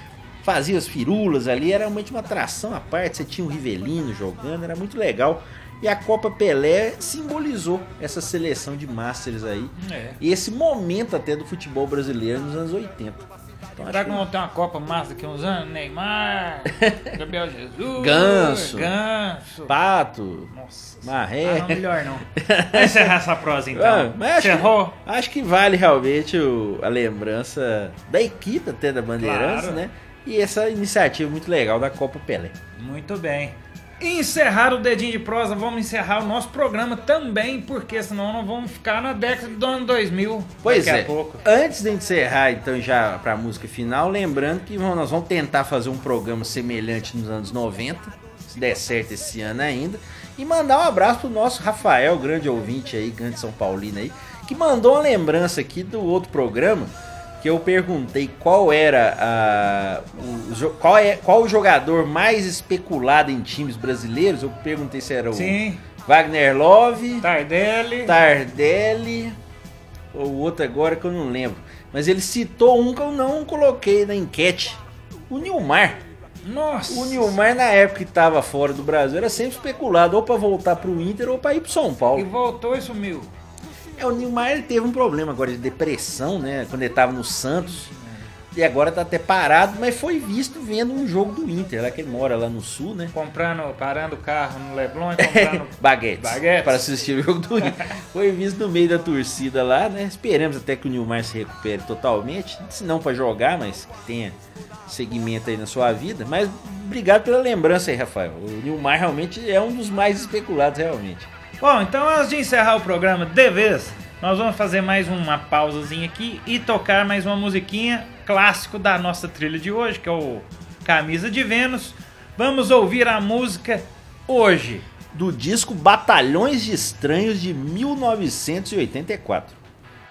fazia as firulas ali, era realmente uma atração à parte, você tinha o Rivelino jogando, era muito legal. E a Copa Pelé simbolizou essa seleção de Masters aí, É. e esse momento até do futebol brasileiro nos anos oitenta. Então, Será acho que vamos ter uma Copa Massa daqui a uns anos? Neymar, Gabriel Jesus, Ganso. Ganso. Pato, Nossa. Marré. Ah, não, melhor não. Vamos encerrar essa prosa então. Ah, mas acho, Encerrou? que, acho que vale realmente o- a lembrança da equipe até da Bandeirantes, Claro. né? E essa iniciativa muito legal da Copa Pelé. Muito bem. Encerrar o Dedinho de Prosa, vamos encerrar o nosso programa também, porque senão não vamos ficar na década do ano dois mil Pois daqui é. a pouco. Antes de encerrar, então, já pra música final, lembrando que vamos- nós vamos tentar fazer um programa semelhante nos anos noventa, se der certo esse ano ainda, e mandar um abraço pro nosso Rafael, grande ouvinte aí, grande São Paulino aí, que mandou uma lembrança aqui do outro programa, que eu perguntei qual era a, o, jo- qual, é, qual o jogador mais especulado em times brasileiros. Eu perguntei se era o Sim. Wagner Love, Tardelli. Tardelli, ou o outro agora que eu não lembro. Mas ele citou um que eu não coloquei na enquete, o Nilmar. Nossa. O Nilmar, na época que estava fora do Brasil, era sempre especulado ou para voltar pro Inter ou para ir pro São E Paulo. voltou e sumiu. É, o Nilmar ele teve um problema agora de depressão, né? Quando ele tava no Santos. E agora tá até parado, mas foi visto vendo um jogo do Inter, lá que ele mora lá no sul, né? Comprando, parando o carro no Leblon e comprando Baguetes. Baguetes. Para assistir o jogo do Inter. Foi visto no meio da torcida lá, né? Esperamos até que o Nilmar se recupere totalmente. Se não para jogar, mas que tenha segmento aí na sua vida. Mas obrigado pela lembrança aí, Rafael. O Nilmar realmente é um dos mais especulados, realmente. Bom, então antes de encerrar o programa de vez, nós vamos fazer mais uma pausazinha aqui e tocar mais uma musiquinha clássico da nossa trilha de hoje, que é o Camisa de Vênus. Vamos ouvir a música Hoje. Do disco Batalhões de Estranhos de mil novecentos e oitenta e quatro.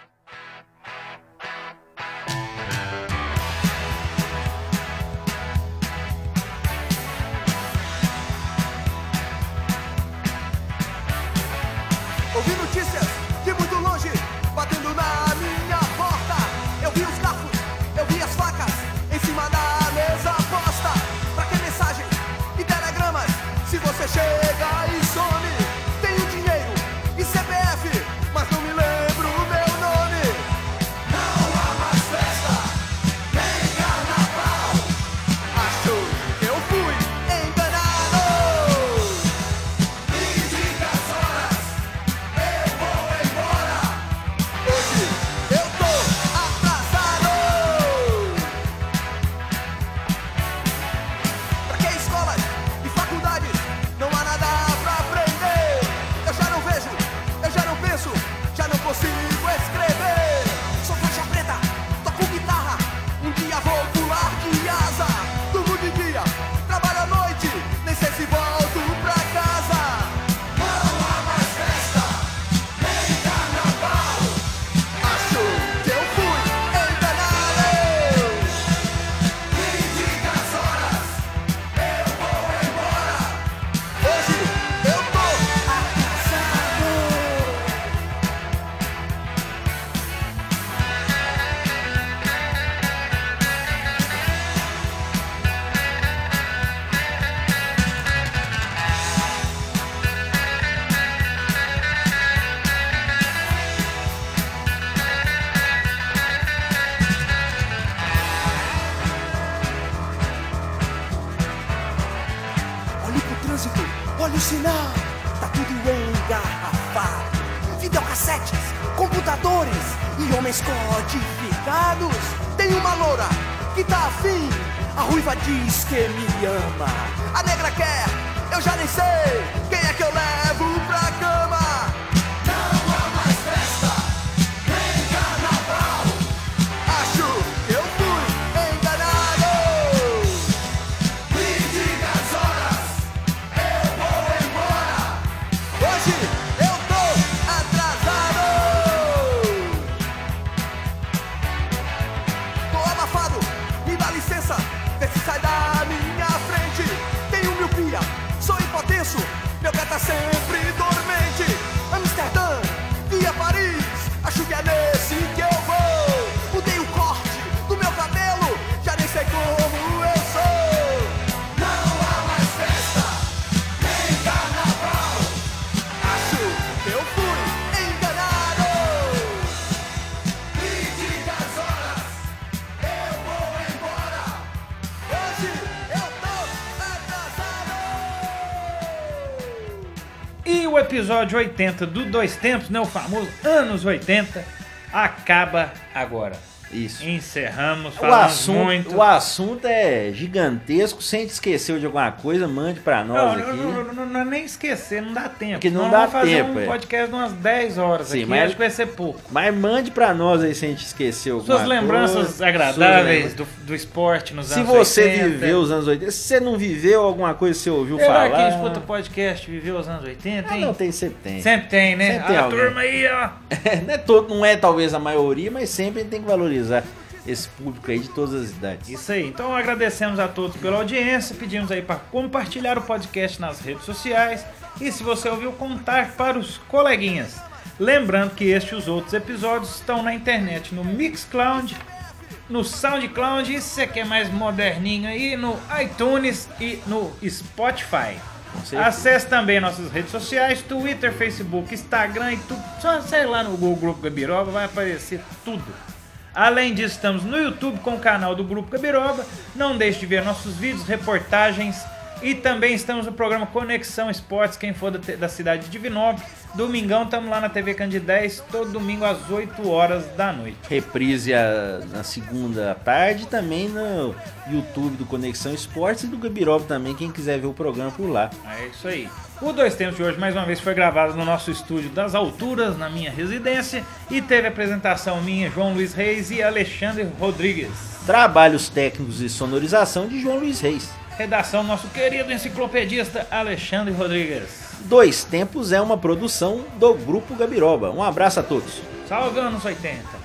Ouvi notícias de muito longe, batendo na minha porta. Eu vi os garfos, eu vi as facas em cima da mesa posta. Pra que mensagens e telegramas se você chega e some? Tenho dinheiro e C P F, mas não me lembro o meu nome. Não há mais festa, nem carnaval. Acho que eu fui enganado. Me diga as horas, eu vou embora. Hoje eu tô atrasado. Pra que escolas e faculdades não há nada pra aprender? Eu já não vejo, eu já não penso, já não consigo escrever. Sou faixa preta, toco guitarra, um dia vou pular de asa. Durmo de dia, trabalho à noite, nem sei se volto pra casa. Não há mais festa, nem carnaval. Acho que eu fui enganado. Me diga as horas, eu vou embora. Hoje eu tô atrasado. Olhe pro trânsito, olha o sinal, tá tudo engarrafado. Videocassetes, computadores e homens codificados. Tem uma loura que tá afim, a ruiva diz que me ama. A negra quer, eu já nem sei, quem é que eu levo pra cama? Não há mais festa, nem carnaval. Acho que eu fui enganado. Me diga as horas, eu vou embora. Hoje eu tô atrasado. Tô abafado, me dá licença, vê se sai da minha frente. Tenho miopia, sou hipotenso, meu pé tá sendo o episódio oitenta do Dois Tempos, né, o famoso anos oitenta, acaba agora. Isso. Encerramos, O falamos assunto, muito. o assunto é gigantesco. Se a gente esqueceu de alguma coisa, mande pra Não, nós não, aqui. não, não, não, não é nem esquecer, não dá tempo. Porque não Nós dá vamos fazer tempo, um é. podcast de umas dez horas Sim, aqui, mas- acho que vai ser pouco. Mas mande pra nós aí se a gente esqueceu alguma Suas lembranças coisa. agradáveis Suas do, do esporte nos Se anos você oitenta. viveu os anos oitenta, se você não viveu alguma coisa, você ouviu Será falar. que escuta o podcast viveu os anos oitenta, Ah, hein? não, tem, sempre tem. Sempre tem, né? Sempre tem a alguém. turma aí, ó. não, é todo, não é talvez a maioria, mas sempre a gente tem que valorizar esse público aí de todas as idades. Isso aí. Então agradecemos a todos pela audiência, pedimos aí para compartilhar o podcast nas redes sociais e, se você ouviu, contar para os coleguinhas. Lembrando que este e os outros episódios estão na internet, no Mixcloud, no SoundCloud e, se você quer mais moderninho aí, no iTunes e no Spotify. certeza. Acesse também nossas redes sociais, Twitter, Facebook, Instagram e tudo. Só sei lá no Google Grupo Gabiroba, vai aparecer tudo. Além disso, estamos no YouTube com o canal do Grupo Gabiroba. Não deixe de ver nossos vídeos, reportagens. E também estamos no programa Conexão Esportes, quem for da, da cidade de Divinópolis. Domingão estamos lá na T V Candidez, todo domingo às oito horas da noite. Reprise a- na segunda à tarde, também no YouTube do Conexão Esportes e do Gabiroba também, quem quiser ver o programa por lá. É isso aí. O Dois Tempos de hoje, mais uma vez, foi gravado no nosso estúdio das alturas, na minha residência. E teve apresentação minha, João Luiz Reis e Alexandre Rodrigues. Trabalhos técnicos e sonorização de João Luiz Reis. Redação, nosso querido enciclopedista Alexandre Rodrigues. Dois Tempos é uma produção do Grupo Gabiroba. Um abraço a todos. Salve anos oitenta.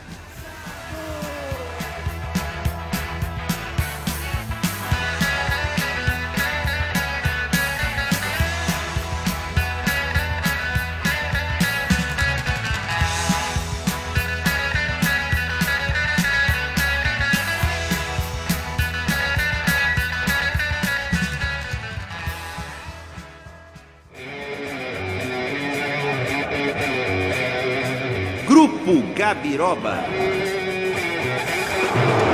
Grupo Gabiroba.